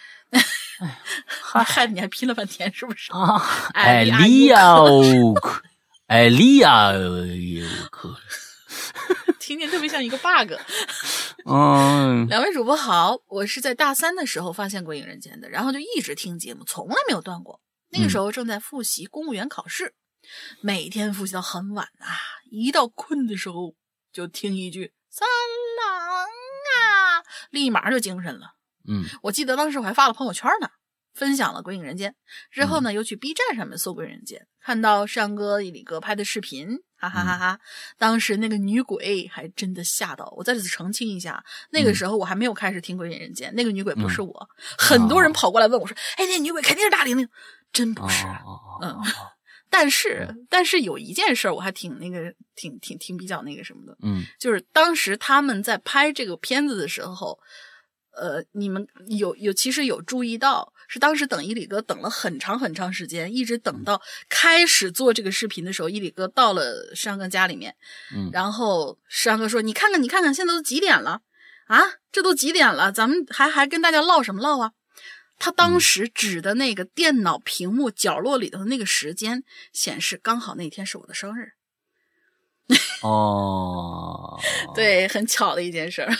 害你还拼了半天是不是？ 艾利亚听见特别像一个 bug。两位主播好，我是在大3的时候发现过《影人间》的，然后就一直听节目，从来没有断过。那个时候正在复习公务员考试，每天复习到很晚一到困的时候就听一句三郎立马就精神了。我记得当时我还发了朋友圈呢。 分享了《鬼影人间》，之后呢，又去 B 站上面搜《鬼影人间》，看到山哥、伊里哥拍的视频，哈哈哈哈！当时那个女鬼还真的吓到我。再次澄清一下，那个时候我还没有开始听《鬼影人间》，那个女鬼不是我。很多人跑过来问我说：“哎，那女鬼肯定是大玲玲。”真不是。但是有一件事我还挺比较那个什么的，就是当时他们在拍这个片子的时候。你们其实有注意到，是当时等伊里哥等了很长时间，一直等到开始做这个视频的时候，伊里哥到了石阳哥家里面，然后石阳哥说：“你看看，现在都几点了啊？这都几点了，咱们还跟大家唠什么唠啊？”他当时指的那个电脑屏幕角落里头的那个时间显示，刚好那天是我的生日。 哦， 对，很巧的一件事儿。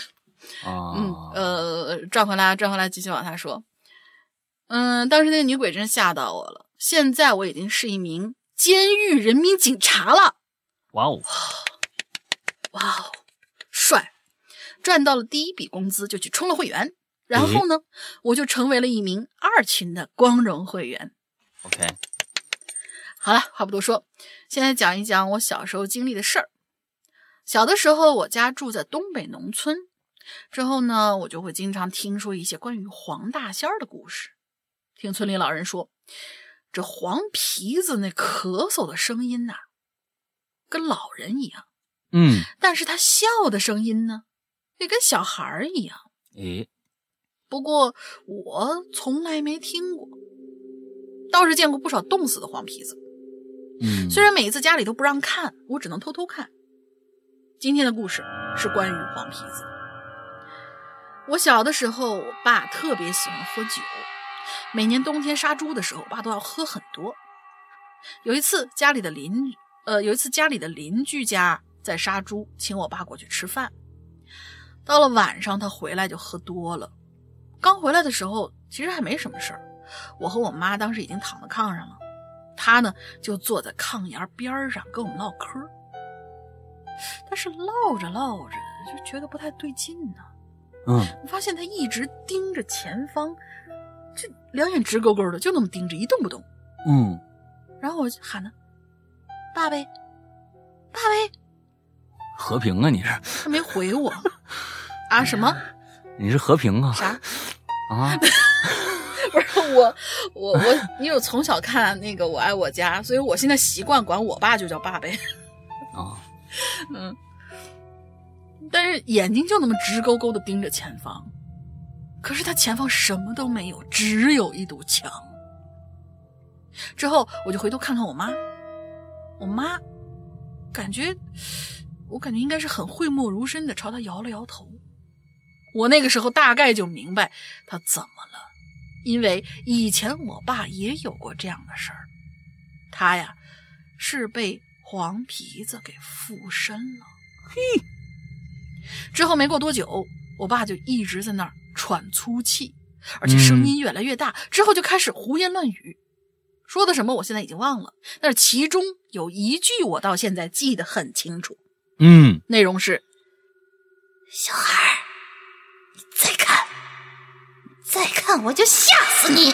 转回来，继续往下说。当时那个女鬼真吓到我了。现在我已经是一名监狱人民警察了。 哇哦， 帅！赚到了第一笔工资就去充了会员，然后呢，我就成为了一名2群的光荣会员。 OK， 好了，话不多说，现在讲一讲我小时候经历的事儿。小的时候，我家住在东北农村。之后呢，我就会经常听说一些关于黄大仙儿的故事。听村里老人说，这黄皮子那咳嗽的声音呐，跟老人一样。但是他笑的声音呢，也跟小孩一样。不过我从来没听过，倒是见过不少冻死的黄皮子。虽然每一次家里都不让看，我只能偷偷看。今天的故事是关于黄皮子。我小的时候，我爸特别喜欢喝酒，每年冬天杀猪的时候，我爸都要喝很多。有一次家里的邻居家在杀猪，请我爸过去吃饭。到了晚上，他回来就喝多了。刚回来的时候，其实还没什么事儿，我和我妈当时已经躺在炕上了，他呢就坐在炕沿边上跟我们唠嗑。但是唠着就觉得不太对劲呢。我发现他一直盯着前方，这两眼直勾勾的，就那么盯着，一动不动。然后我就喊他：“爸呗，爸呗。” 和平啊，你是？ 他没回我。啊？什么？ 你是和平啊？ 啥？ 啊？ 不是我，因为我从小看那个《我爱我家》，所以我现在习惯管我爸就叫爸呗。但是眼睛就那么直勾勾的盯着前方，可是他前方什么都没有，只有一堵墙。之后我就回头看看我妈，我妈我感觉应该是很讳莫如深的朝他摇了摇头。我那个时候大概就明白他怎么了，因为以前我爸也有过这样的事儿，他呀是被黄皮子给附身了。之后没过多久，我爸就一直在那儿喘粗气，而且声音越来越大，之后就开始胡言乱语，说的什么我现在已经忘了，但是其中有一句我到现在记得很清楚。内容是：小孩，你再看我就吓死你。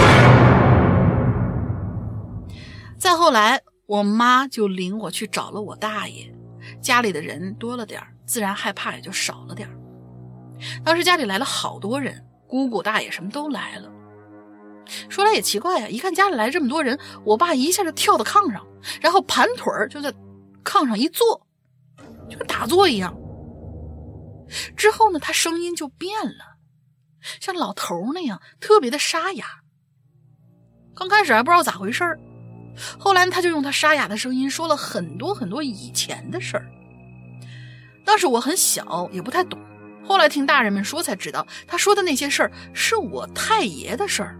再后来我妈就领我去找了我大爷，家里的人多了点，自然害怕也就少了点。当时家里来了好多人，姑姑大爷什么都来了。说来也奇怪呀，一看家里来这么多人，我爸一下就跳到炕上，然后盘腿就在炕上一坐，就跟打坐一样。之后呢，他声音就变了，像老头那样特别的沙哑。刚开始还不知道咋回事儿，后来他就用他沙哑的声音说了很多很多以前的事儿。当时我很小，也不太懂，后来听大人们说才知道，他说的那些事儿是我太爷的事儿。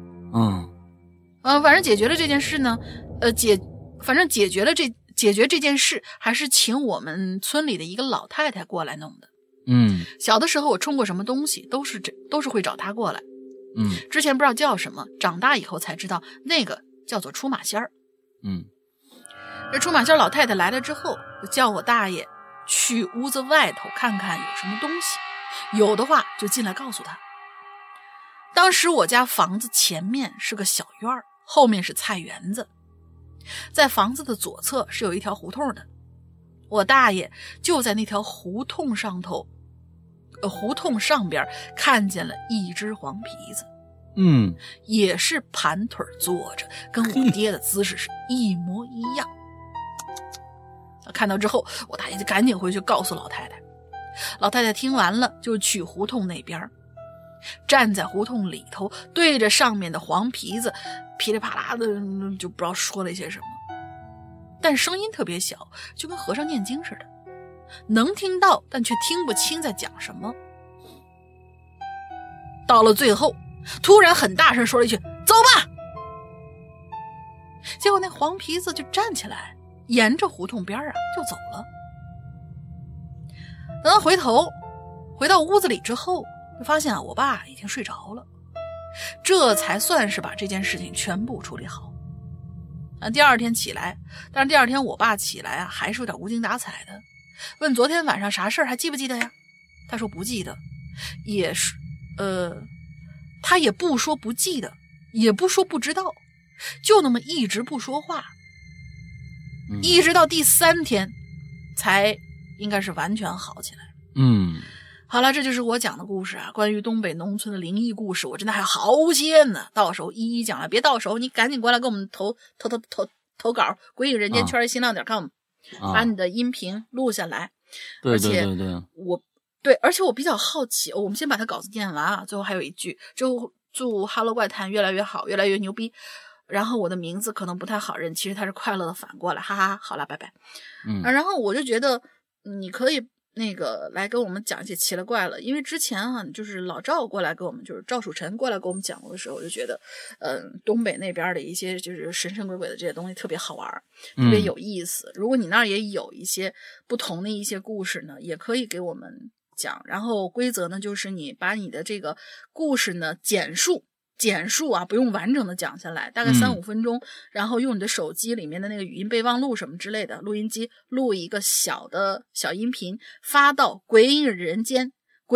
反正解决了这件事呢，解决这件事还是请我们村里的一个老太太过来弄的。小的时候我冲过什么东西都是会找她过来。之前不知道叫什么，长大以后才知道那个叫做出马仙儿。这出马仙老太太来了之后，就叫我大爷去屋子外头看看有什么东西，有的话就进来告诉他。 当时我家房子前面是个小院儿，后面是菜园子，在房子的左侧是有一条胡同的。我大爷就在那条胡同上边看见了一只黄皮子，也是盘腿坐着，跟我爹的姿势是一模一样。看到之后，我大爷就赶紧回去告诉老太太。老太太听完了，就去胡同那边，站在胡同里头，对着上面的黄皮子噼里啪啦的，就不知道说了一些什么，但声音特别小，就跟和尚念经似的，能听到但却听不清在讲什么。到了最后，突然很大声说了一句：“走吧！”结果那黄皮子就站起来，沿着胡同边就走了。等他回到屋子里之后，就发现我爸已经睡着了，这才算是把这件事情全部处理好。第二天起来，但是第二天我爸起来还是有点无精打采的，问昨天晚上啥事儿还记不记得呀？他说不记得，也是他也不说不记得，也不说不知道，就那么一直不说话，一直到第3天才应该是完全好起来。好了，这就是我讲的故事啊，关于东北农村的灵异故事，我真的还有好些呢，到时候一一讲了。别到时候你赶紧过来给我们投稿，鬼影人间圈新浪.com，把你的音频录下来。 对， 而且我比较好奇，我们先把它稿子念完啊。最后还有一句，就祝哈喽怪谈越来越好，越来越牛逼。然后我的名字可能不太好认，其实它是快乐的反过来，哈哈。好了，拜拜。然后我就觉得你可以那个来跟我们讲一些奇了怪了，因为之前就是老赵过来跟我们，就是赵曙臣过来跟我们讲过的时候，我就觉得东北那边的一些就是神神鬼鬼的这些东西特别好玩，特别有意思。如果你那儿也有一些不同的一些故事呢，也可以给我们讲。然后规则呢，就是你把你的这个故事呢简述啊，不用完整的讲下来，大概3-5分钟，然后用你的手机里面的那个语音备忘录什么之类的录音机录一个小音频，发到鬼影人间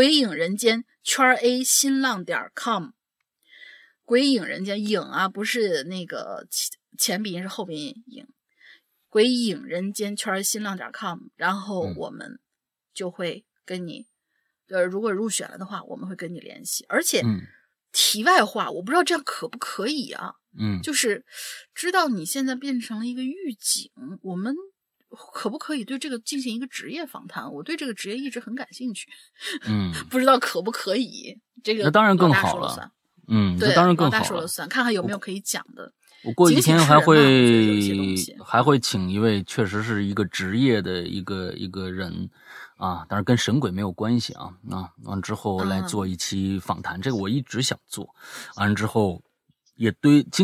#A 新浪.com。鬼影人间影啊，不是那个前鼻音，是后鼻音影。鬼影人间新浪.com， 然后我们就会跟你如果入选了的话，我们会跟你联系。而且题外话，我不知道这样可不可以啊？就是知道你现在变成了一个狱警，我们可不可以对这个进行一个职业访谈？我对这个职业一直很感兴趣。不知道可不可以？这个那当然更好了。 对， 这当然更好了。 老大说了算，看看有没有可以讲的。 我过几天还会请一位确实是一个职业的一个人啊，当然跟神鬼没有关系啊。完之后来做一期访谈，这个我一直想做。完之后也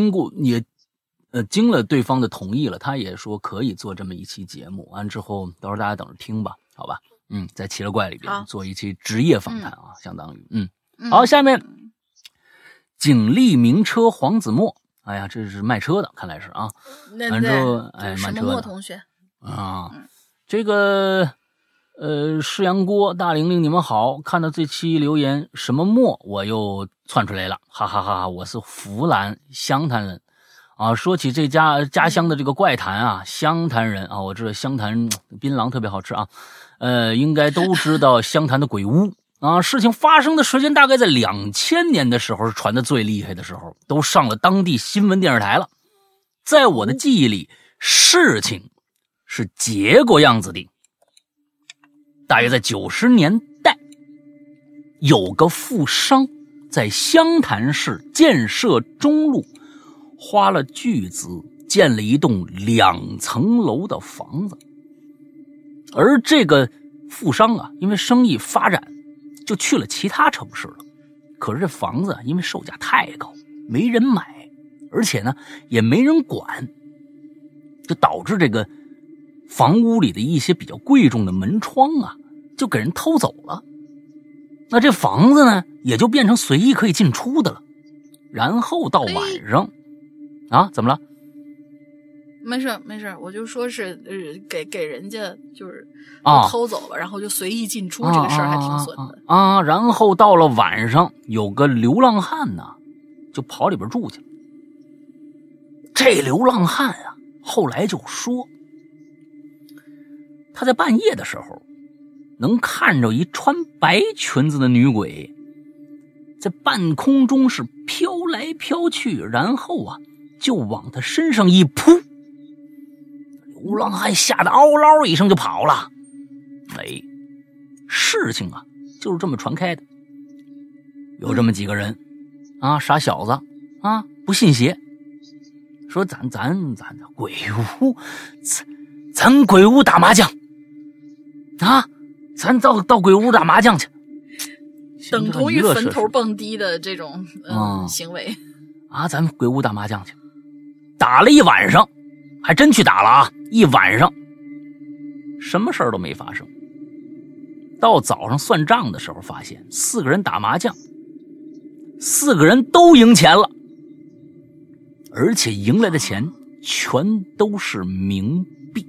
经了对方的同意了，他也说可以做这么一期节目。完之后到时候大家等着听吧，好吧？在奇了怪里边做一期职业访谈啊，相当于好，下面景力名车黄子墨。哎呀，这是卖车的，看来是啊。完之后，卖车的莫同学啊，这个世阳锅大玲玲，你们好，看到这期留言什么墨，我又窜出来了，哈哈哈！我是湖南湘潭人啊。说起这家乡的这个怪谈啊，湘潭人啊，我知道湘潭槟榔特别好吃啊，应该都知道湘潭的鬼屋。事情发生的时间大概在2000年的时候，是传的最厉害的时候，都上了当地新闻电视台了。在我的记忆里，事情是结果样子的。大约在90年代，有个富商在湘潭市建设中路花了巨资建了一栋2层楼的房子，而这个富商啊，因为生意发展就去了其他城市了。可是这房子因为售价太高，没人买，而且呢也没人管，就导致这个房屋里的一些比较贵重的门窗啊就给人偷走了。那这房子呢也就变成随意可以进出的了。然后到晚上怎么了？ 没事，我就说是给人家就是偷走了，然后就随意进出，这个事儿还挺损的啊。然后到了晚上，有个流浪汉呢，就跑里边住去了。这流浪汉啊，后来就说，他在半夜的时候能看着一穿白裙子的女鬼在半空中是飘来飘去，然后啊就往他身上一扑。流浪汉吓得嗷嗷一声就跑了。哎，事情啊就是这么传开的。有这么几个人啊，傻小子啊，不信邪，说咱鬼屋，咱鬼屋打麻将啊，咱到鬼屋打麻将去， 等同于坟头蹦迪的这种行为啊，咱鬼屋打麻将去，打了一晚上，还真去打了啊，一晚上什么事儿都没发生。到早上算账的时候，发现4个人打麻将，4个人都赢钱了，而且赢来的钱全都是冥币。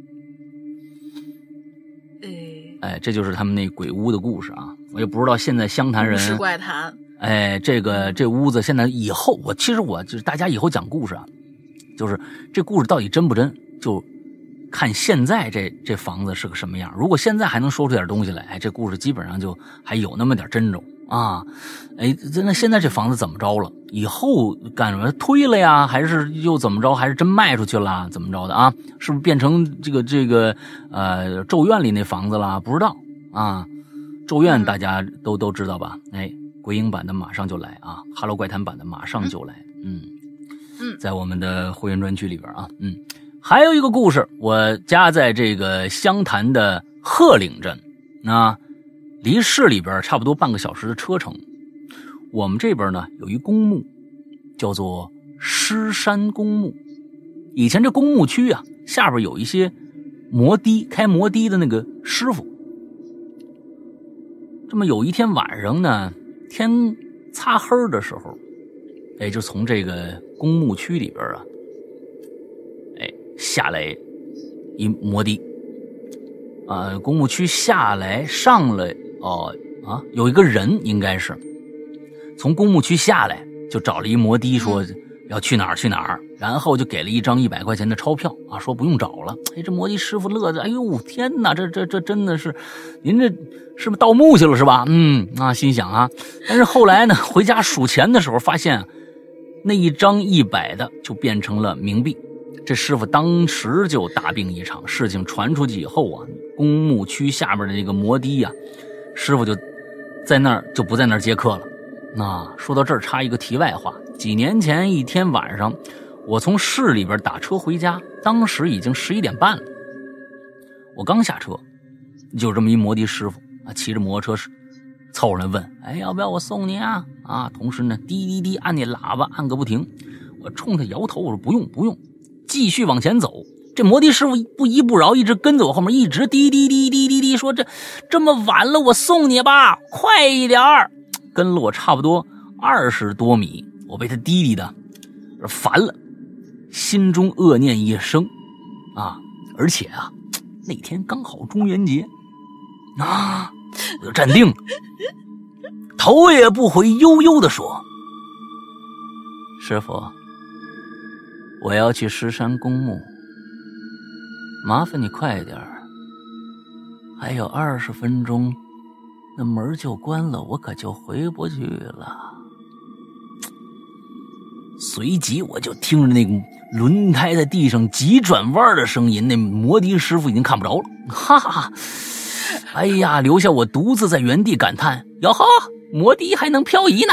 哎，这就是他们那鬼屋的故事啊！我也不知道现在湘潭人是怪谈。 哎，这屋子现在以后，其实就是大家以后讲故事啊，就是这故事到底真不真，就看现在这房子是个什么样。如果现在还能说出点东西来，哎，这故事基本上就还有那么点真种啊。哎，那现在这房子怎么着了？以后干什么推了呀？还是又怎么着？还是真卖出去了？怎么着的啊？是不是变成这个咒怨里那房子了？不知道啊。咒怨大家都知道吧？哎，鬼影版的马上就来啊，哈喽怪谈版的马上就来。在我们的会员专区里边啊。还有一个故事，我家在这个湘潭的鹤岭镇啊，离市里边差不多半个小时的车程。我们这边呢有一公墓，叫做狮山公墓。以前这公墓区啊，下边有一些开摩的的那个师傅。这么有一天晚上呢，天擦黑的时候，哎，就从这个公墓区里边啊，哎，下来一摩的。公墓区下来上来有一个人应该是从公墓区下来，就找了一摩的说要去哪儿，然后就给了一张100块钱的钞票啊，说不用找了。哎，这摩的师傅乐着，哎呦天哪，这真的是，您这是不是盗墓去了是吧？心想啊。但是后来呢，回家数钱的时候发现那一张100的就变成了冥币。这师傅当时就大病一场。事情传出去以后啊，公墓区下边的那个摩的啊，师傅就不在那儿接客了。那说到这儿插一个题外话，几年前一天晚上，我从市里边打车回家，当时已经11点半了。我刚下车，就这么一摩的师傅啊，骑着摩托车凑上来问，哎，要不要我送你啊？同时呢，滴滴滴按那喇叭按个不停。我冲他摇头，我说不用，继续往前走。这摩的师傅不依不饶，一直跟在我后面，一直滴滴滴滴滴滴说这么晚了，我送你吧，快一点儿。跟了我差不多20多米，我被他滴滴的烦了，心中恶念一生啊！而且啊，那天刚好中元节啊，我就站定了，头也不回，悠悠地说：“师傅，我要去狮山公墓，麻烦你快点儿，还有20分钟。”那门就关了，我可就回不去了。随即我就听着那个轮胎在地上急转弯的声音，那摩的师傅已经看不着了，哈哈！哎呀，留下我独自在原地感叹：哟呵，摩的还能漂移呢！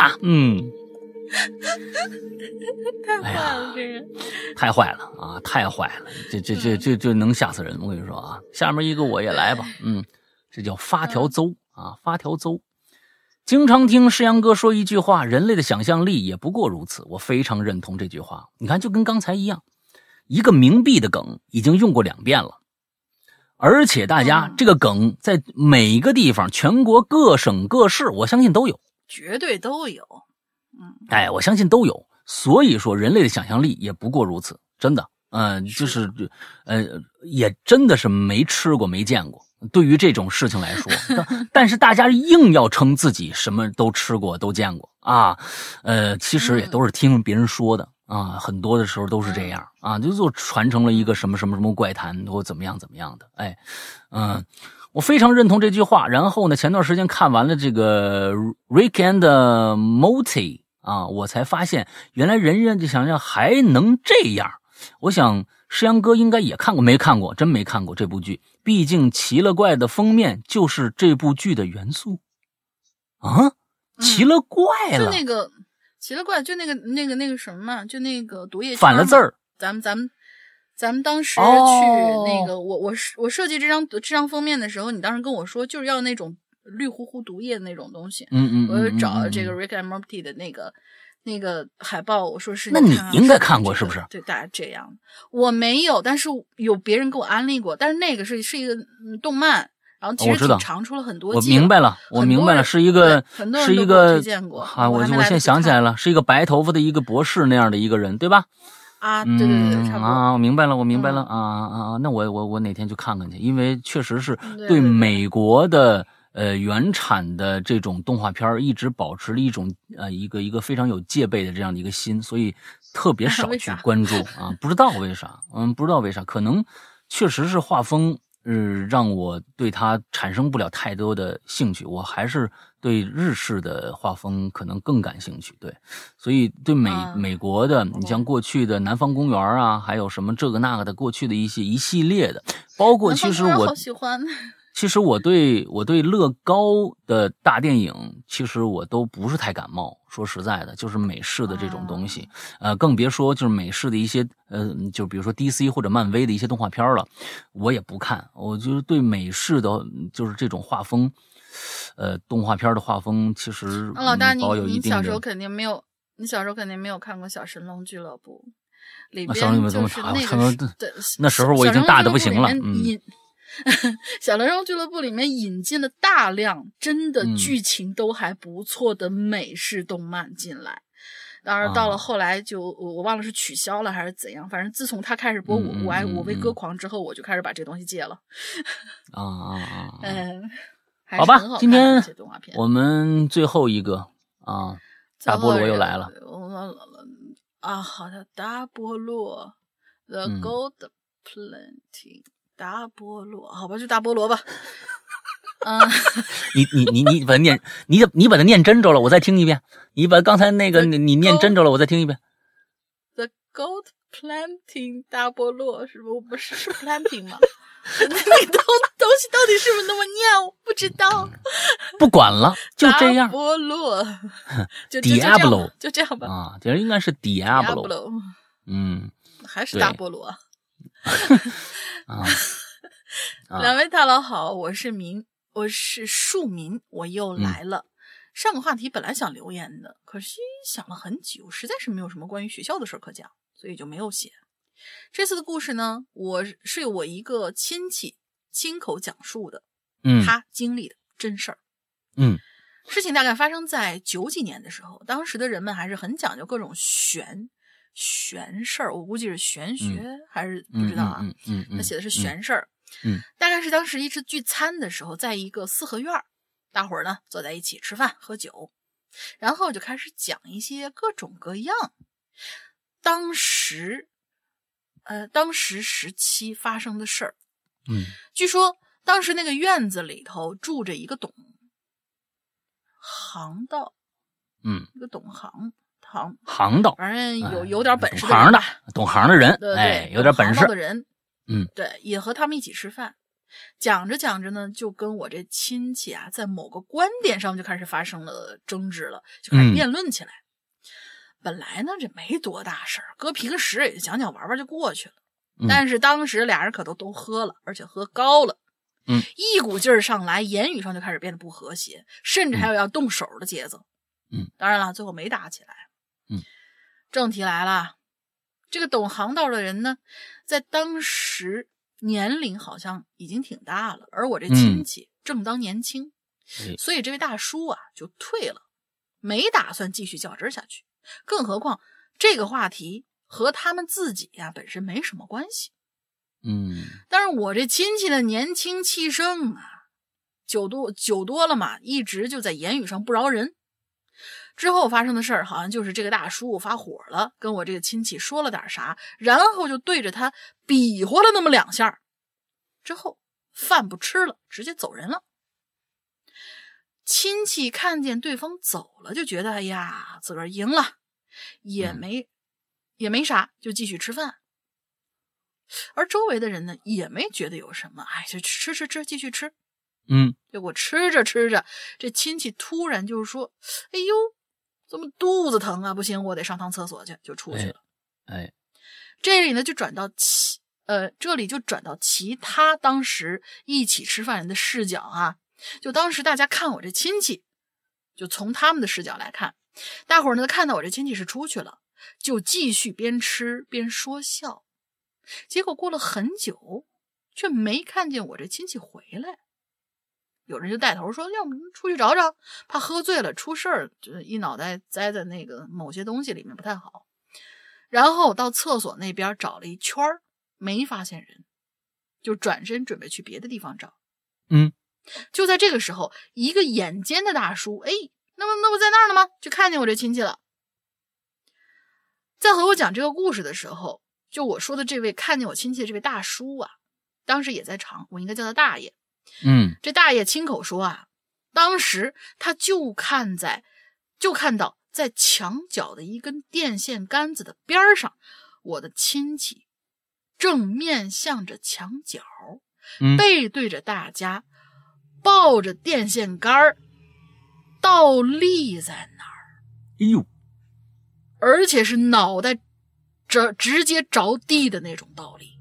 太坏了，这人太坏了啊！太坏了，这能吓死人！我跟你说啊，下面一个我也来吧，这叫发条邹。发条邹，经常听世阳哥说一句话，人类的想象力也不过如此。我非常认同这句话。你看，就跟刚才一样，一个冥币的梗已经用过2遍了，而且大家这个梗在每个地方，全国各省各市，我相信都有， 绝对都有。 我相信都有。所以说，人类的想象力也不过如此，真的就是也真的是没吃过没见过。对于这种事情来说，但是大家硬要称自己什么都吃过都见过啊，其实也都是听别人说的啊，很多的时候都是这样啊，就传承了一个什么什么什么怪谈或怎么样怎么样的，我非常认同这句话。然后呢，前段时间看完了这个 Rick and Morty 啊，我才发现原来人就想想还能这样。我想石阳哥应该也看过，没看过？真没看过这部剧。毕竟奇了怪的封面就是这部剧的元素啊，奇了怪了， 就那个奇了怪，就那个什么嘛，就那个毒液反了字儿。 咱们当时去那个，我设计这张封面的时候，你当时跟我说就是要那种绿乎乎毒液的那种东西。我就找这个 Rick and Morty 的那个海报，我说是。 那你应该看过是不是？ 对，大家这样，我没有，但是有别人给我安利过。但是那个是一个动漫，然后其实挺长，出了很多季。 我明白了，是一个很多人都给我推荐过啊，我现在想起来了，是一个白头发的一个博士那样的一个人，对吧？ 啊，对，差不多啊，我明白了啊，那我哪天去看看去，因为确实是对美国的。原产的这种动画片一直保持了一种一个非常有戒备的这样的一个心，所以特别少去关注啊，不知道为啥，不知道为啥，可能确实是画风让我对它产生不了太多的兴趣，我还是对日式的画风可能更感兴趣，对，所以对美国的，你像过去的南方公园啊，还有什么这个那个的过去的一系列的，包括其实我好喜欢。 其实我对乐高的大电影，其实我都不是太感冒。说实在的，就是美式的这种东西，更别说就是美式的一些就比如说 DC 或者漫威的一些动画片了，我也不看。我就是对美式的，就是这种画风，动画片的画风，其实老大， 保有一定的。 你小时候肯定没有看过《小神龙俱乐部》，里边就是那个那时候我已经大的不行了。 小神龙俱乐部里面引进了大量真的剧情都还不错的美式动漫进来，当然到了后来就我忘了是取消了还是怎样，反正自从他开始播我为歌狂之后，我就开始把这东西戒了。 好吧，今天我们最后一个啊，大菠萝又来了啊，好的，大菠萝 The Gold Planting。大菠萝，好吧，就大菠萝吧。 你把它念，你把它念真着了，我再听一遍。你把刚才那个你念真着了，我再听一遍。 The Gold Planting 大菠萝是不是 planting 吗？那个东西到底是不是那么念？我不知道。 不管了，就这样。 大菠萝 ，Diablo 就这样吧。 啊，这应该是 Diablo。 还是大菠萝。 啊， 两位大佬好，我是庶民，我又来了。上个话题本来想留言的，可惜想了很久，实在是没有什么关于学校的事可讲，所以就没有写。这次的故事呢，我是由我一个亲戚亲口讲述的，他经历的真事儿。事情大概发生在90几年的时候，当时的人们还是很讲究各种玄事儿，我估计是玄学还是不知道啊。他写的是玄事儿。大概是当时一次聚餐的时候，在一个四合院，大伙儿呢坐在一起吃饭喝酒，然后就开始讲一些各种各样当时时期发生的事儿。据说当时那个院子里头住着一个董行道，一个董行道，反正有点本事的懂行的人， 对， 有点本事的人，对，也和他们一起吃饭，讲着讲着呢，就跟我这亲戚啊，在某个观点上就开始发生了争执了，就开始辩论起来。本来呢，这没多大事儿，搁平时也就讲讲玩玩就过去了。但是当时俩人可都喝了，而且喝高了，一股劲儿上来，言语上就开始变得不和谐，甚至还有要动手的节奏。当然了，最后没打起来。正题来了，这个懂行道的人呢，在当时年龄好像已经挺大了，而我这亲戚正当年轻，所以这位大叔啊就退了，没打算继续较真下去。更何况这个话题和他们自己呀本身没什么关系。但是我这亲戚的年轻气盛啊，酒多了嘛，一直就在言语上不饶人。之后发生的事儿好像就是这个大叔发火了，跟我这个亲戚说了点啥，然后就对着他比划了那么2下，之后饭不吃了，直接走人了。亲戚看见对方走了，就觉得哎呀自个儿赢了，也没啥，就继续吃饭。而周围的人呢也没觉得有什么，哎，就吃继续吃。结果吃着这亲戚突然就说，哎呦怎么肚子疼啊，不行我得上趟厕所去，就出去了。这里呢就转到其他当时一起吃饭人的视角啊，就当时大家看我这亲戚，就从他们的视角来看，大伙儿呢看到我这亲戚是出去了，就继续边吃边说笑。结果过了很久，却没看见我这亲戚回来。有人就带头说，要不出去找找，怕喝醉了出事儿，就一脑袋栽在那个某些东西里面不太好。然后到厕所那边找了一圈，没发现人，就转身准备去别的地方找。就在这个时候，一个眼尖的大叔，那不在那儿了吗？就看见我这亲戚了。在和我讲这个故事的时候，就我说的这位看见我亲戚的这位大叔啊，当时也在场，我应该叫他大爷。这大爷亲口说啊，当时他就看到在墙角的一根电线杆子的边上，我的亲戚正面向着墙角，背对着大家，抱着电线杆倒立在那儿。而且是脑袋直接着地的那种倒立。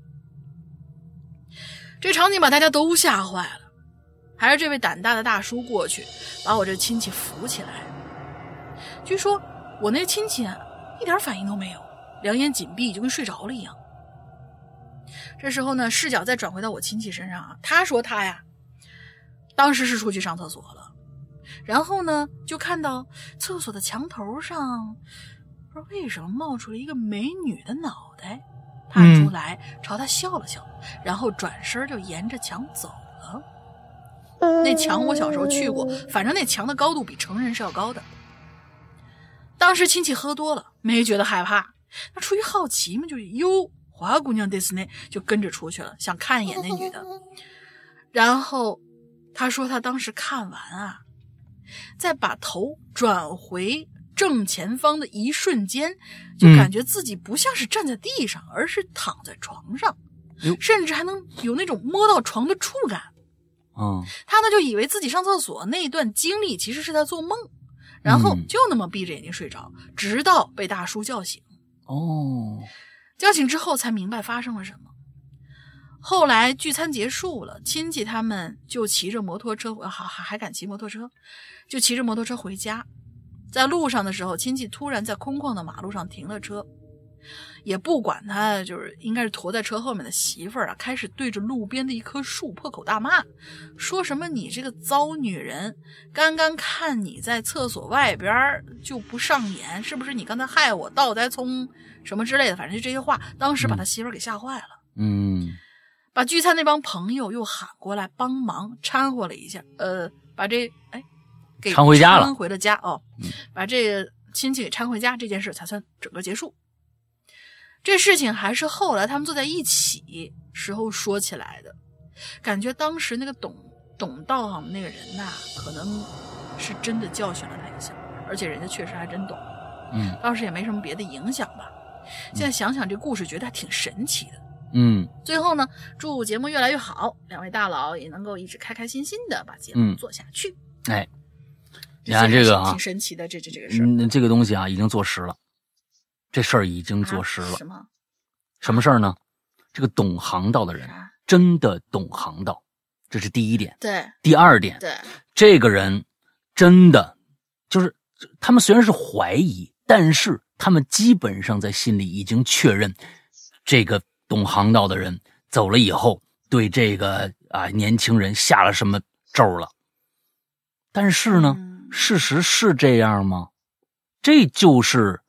这场景把大家都吓坏了，还是这位胆大的大叔过去把我这亲戚扶起来。据说我那亲戚啊一点反应都没有，两眼紧闭，就跟睡着了一样。这时候呢，视角再转回到我亲戚身上啊，他说他呀当时是出去上厕所了，然后呢就看到厕所的墙头上不知道为什么冒出了一个美女的脑袋，探出来朝他笑了笑，然后转身就沿着墙走了。那墙我小时候去过，反正那墙的高度比成人是要高的。当时亲戚喝多了，没觉得害怕，他出于好奇嘛，就是哟花姑娘ですね，就跟着出去了，想看一眼那女的。然后他说他当时看完啊，再把头转回正前方的一瞬间，就感觉自己不像是站在地上，而是躺在床上，甚至还能有那种摸到床的触感。他呢就以为自己上厕所那段经历其实是在做梦，然后就那么闭着眼睛睡着，直到被大叔叫醒。叫醒之后才明白发生了什么。后来聚餐结束了，亲戚他们就骑着摩托车，还敢骑摩托车，就骑着摩托车回家。在路上的时候，亲戚突然在空旷的马路上停了车，也不管他就是应该是驮在车后面的媳妇儿啊，开始对着路边的一棵树破口大骂，说什么你这个糟女人，刚刚看你在厕所外边就不上眼，是不是你刚才害我倒栽葱什么之类的，反正就这些话，当时把他媳妇儿给吓坏了。把聚餐那帮朋友又喊过来帮忙掺和了一下，把这给搀回家了， 搀回了家把这个亲戚给搀回家，这件事才算整个结束。这事情还是后来他们坐在一起时候说起来的，感觉当时那个懂道行的那个人呐，可能是真的教训了他一下，而且人家确实还真懂。当时也没什么别的影响吧。现在想想这故事，觉得还挺神奇的。最后呢，祝节目越来越好，两位大佬也能够一直开开心心的把节目做下去。 你看这个挺神奇的，这个事儿， 这个东西啊，已经坐实了，这事儿已经坐实了。什么事儿呢？这个懂行道的人真的懂行道，这是第一点。 对， 第二点， 对， 这个人真的就是他们虽然是怀疑，但是他们基本上在心里已经确认，这个懂行道的人走了以后，对这个年轻人下了什么咒了。但是呢，事实是这样吗？这就是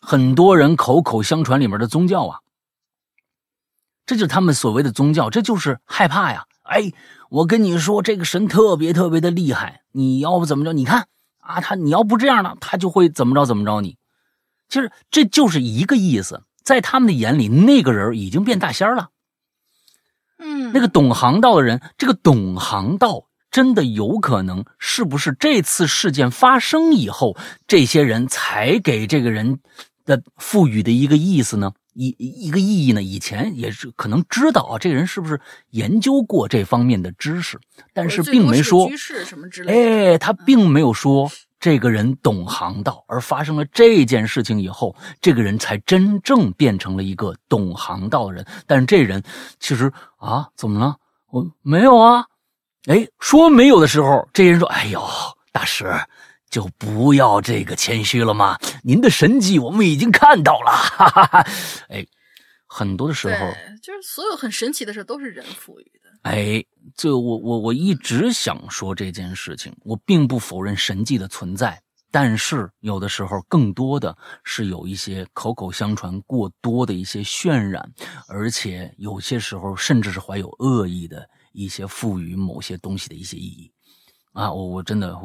很多人口口相传里面的宗教啊，这就是他们所谓的宗教，这就是害怕呀。哎，我跟你说，这个神特别特别的厉害，你要不怎么着？你看啊，你要不这样呢，他就会怎么着怎么着你。其实这就是一个意思，在他们的眼里，那个人已经变大仙了。那个懂航道的人，这个懂航道真的有可能是不是这次事件发生以后，这些人才给这个人的赋予的一个意思呢？一个意义呢？以前也是可能知道啊，这个人是不是研究过这方面的知识，但是并没说居士什么之类的。 他并没有说这个人懂航道，而发生了这件事情以后，这个人才真正变成了一个懂航道的人。但是这人其实啊，怎么了？我没有啊。说没有的时候，这人说：“哎呦，大师。”就不要这个谦虚了嘛，您的神迹我们已经看到了，哈哈哈。很多的时候， 就是所有很神奇的事都是人赋予的。 这我一直想说这件事情，我并不否认神迹的存在，但是有的时候更多的是有一些口口相传过多的一些渲染，而且有些时候甚至是怀有恶意的一些赋予某些东西的一些意义。我真的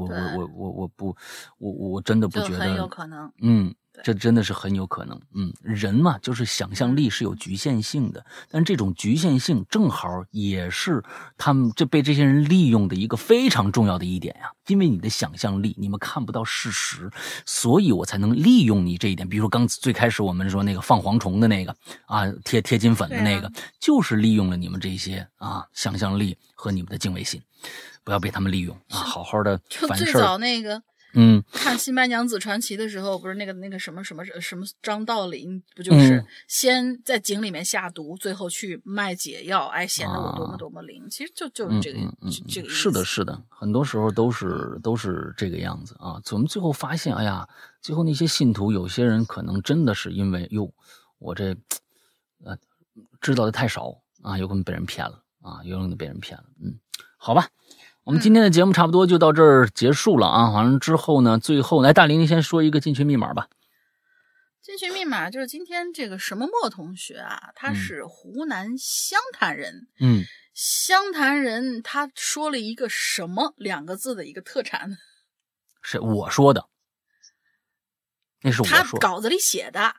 我真的不觉得， 很有可能。 这真的是很有可能。人嘛，就是想象力是有局限性的，但这种局限性正好也是他们被这些人利用的一个非常重要的一点呀。因为你的想象力，你们看不到事实，所以我才能利用你这一点。比如说最开始我们说那个放蝗虫的那个贴金粉的那个，就是利用了你们这些想象力和你们的敬畏心。不要被他们利用好好的凡事。 就最早那个，看《新白娘子传奇》的时候，不是那个什么张道陵，不就是先在井里面下毒，最后去卖解药，显得我多么多么灵。其实就是这个这个意思。 是的，很多时候都是这个样子啊。我们最后发现，最后那些信徒，有些人可能真的是因为我这知道的太少有可能被人骗了有可能被人骗了。好吧。我们今天的节目差不多就到这儿结束了完了之后呢，最后来大林，你先说一个进群密码吧。 进群密码就是今天这个什么莫同学他是湖南湘潭人。湘潭人他说了一个什么2个字的一个特产？ 是我说的，那是我说的。 他稿子里写的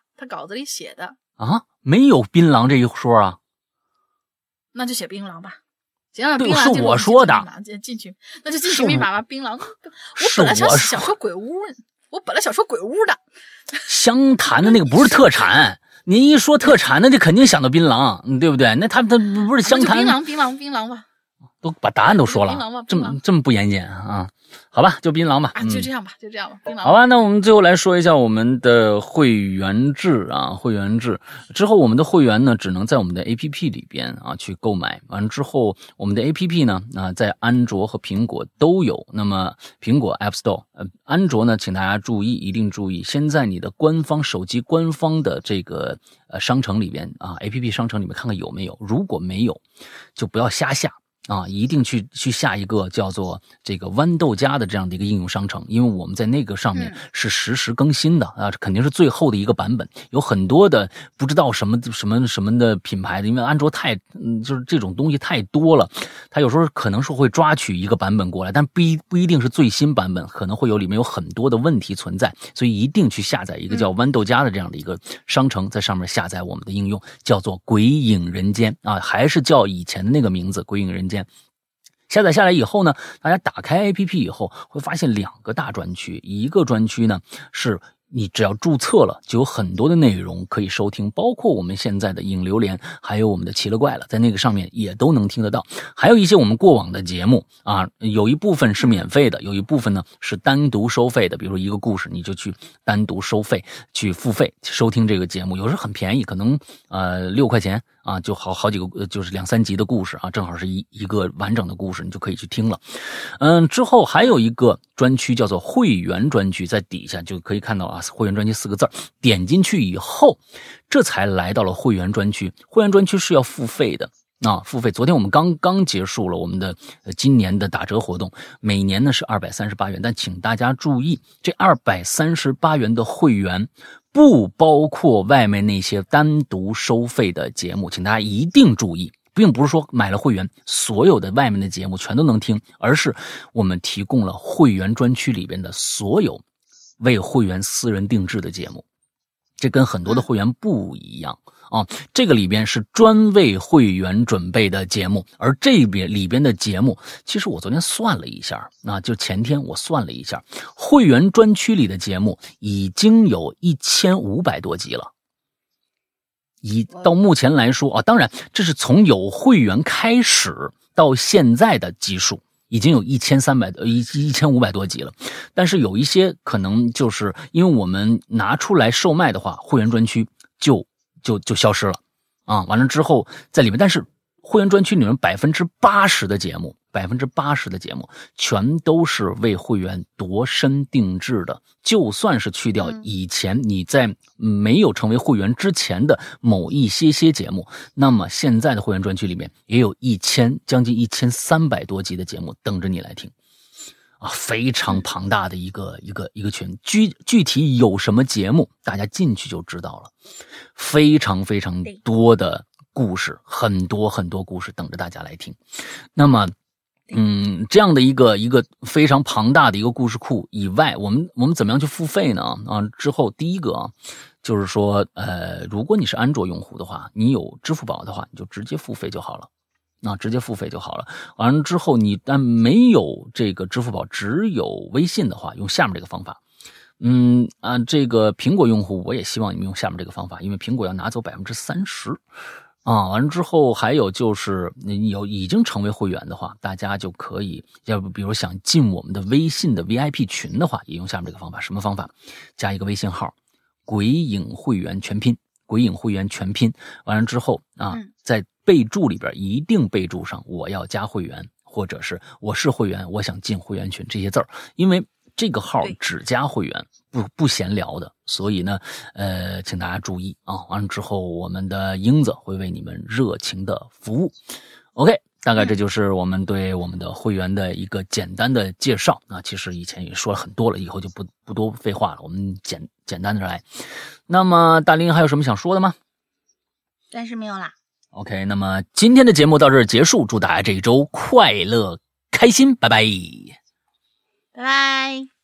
没有槟榔这一说啊？那就写槟榔吧。行， 对，是我说的。 进去，那就进去密码吧。槟榔，我本来想说鬼屋，的。 湘潭的那个不是特产，您一说特产，那就肯定想到槟榔，对不对？那他不是湘潭槟榔吧？ 都把答案都说了，这么不严谨好吧，就槟榔吧。 就这样吧，槟榔。 好吧，那我们最后来说一下我们的会员制会员制之后，我们的会员呢只能在我们的 APP 里边去购买。完了之后，我们的 APP 呢在安卓和苹果都有。那么苹果 App Store，安卓呢，请大家注意，一定注意，先在你的手机官方的这个商城里边APP 商城里面看看有没有，如果没有，就不要瞎下。一定去下一个叫做这个豌豆荚的这样的一个应用商城，因为我们在那个上面是实时更新的肯定是最后的一个版本，有很多的不知道什么的品牌的，因为安卓就是这种东西太多了，它有时候可能是会抓取一个版本过来，但不一定是最新版本，可能会里面有很多的问题存在，所以一定去下载一个叫豌豆荚的这样的一个商城，在上面下载我们的应用，叫做鬼影人间还是叫以前的那个名字鬼影人间。下载下来以后呢，大家打开 APP 以后会发现2个大专区，一个专区呢是你只要注册了，就有很多的内容可以收听，包括我们现在的影榴莲，还有我们的奇了怪了，在那个上面也都能听得到。还有一些我们过往的节目有一部分是免费的，有一部分呢是单独收费的。比如说一个故事，你就去单独收费，去付费收听这个节目，有时候很便宜，可能6块钱就好几个，就是2-3集的故事正好是一个完整的故事，你就可以去听了。之后还有一个专区叫做会员专区，在底下就可以看到会员专区4个字，点进去以后，这才来到了会员专区。会员专区是要付费的付费。昨天我们刚结束了我们的今年的打折活动，每年呢是238元，但请大家注意，这238元的会员不包括外面那些单独收费的节目，请大家一定注意，并不是说买了会员所有的外面的节目全都能听，而是我们提供了会员专区里边的所有为会员私人定制的节目，这跟很多的会员不一样啊。这个里边是专为会员准备的节目，而这边里边的节目，其实我昨天算了一下，就前天我算了一下，会员专区里的节目已经有1500多集了。到目前来说啊，当然这是从有会员开始到现在的集数，已经有1500多集了。但是有一些可能就是因为我们拿出来售卖的话，会员专区就消失了啊。完了之后在里面，但是会员专区里面80%的节目全都是为会员度身定制的，就算是去掉以前你在没有成为会员之前的某一些节目，那么现在的会员专区里面也有将近1300多集的节目等着你来听啊，非常庞大的一个群。具体有什么节目，大家进去就知道了，非常非常多的故事，很多故事等着大家来听。那么这样的一个非常庞大的一个故事库以外，我们怎么样去付费呢？之后第一个就是说如果你是安卓用户的话，你有支付宝的话，你就直接付费就好了。直接付费就好了。完了之后，你但没有这个支付宝，只有微信的话，用下面这个方法。这个苹果用户，我也希望你们用下面这个方法，因为苹果要拿走30%。完了之后还有就是你已经成为会员的话，大家就可以，要不比如想进我们的微信的 VIP 群的话，也用下面这个方法。什么方法？加一个微信号，鬼影会员全拼，鬼影会员全拼。完了之后在备注里边一定备注上我要加会员，或者是我是会员，我想进会员群这些字儿，因为这个号只加会员，不闲聊的，所以呢，请大家注意啊。完了之后，我们的英子会为你们热情的服务。OK， 大概这就是我们对我们的会员的一个简单的介绍。其实以前也说了很多了，以后就不多废话了，我们简单的来。那么大林还有什么想说的吗？ 暂时没有啦。 OK， 那么今天的节目到这儿结束，祝大家这一周快乐开心，拜拜。 拜拜。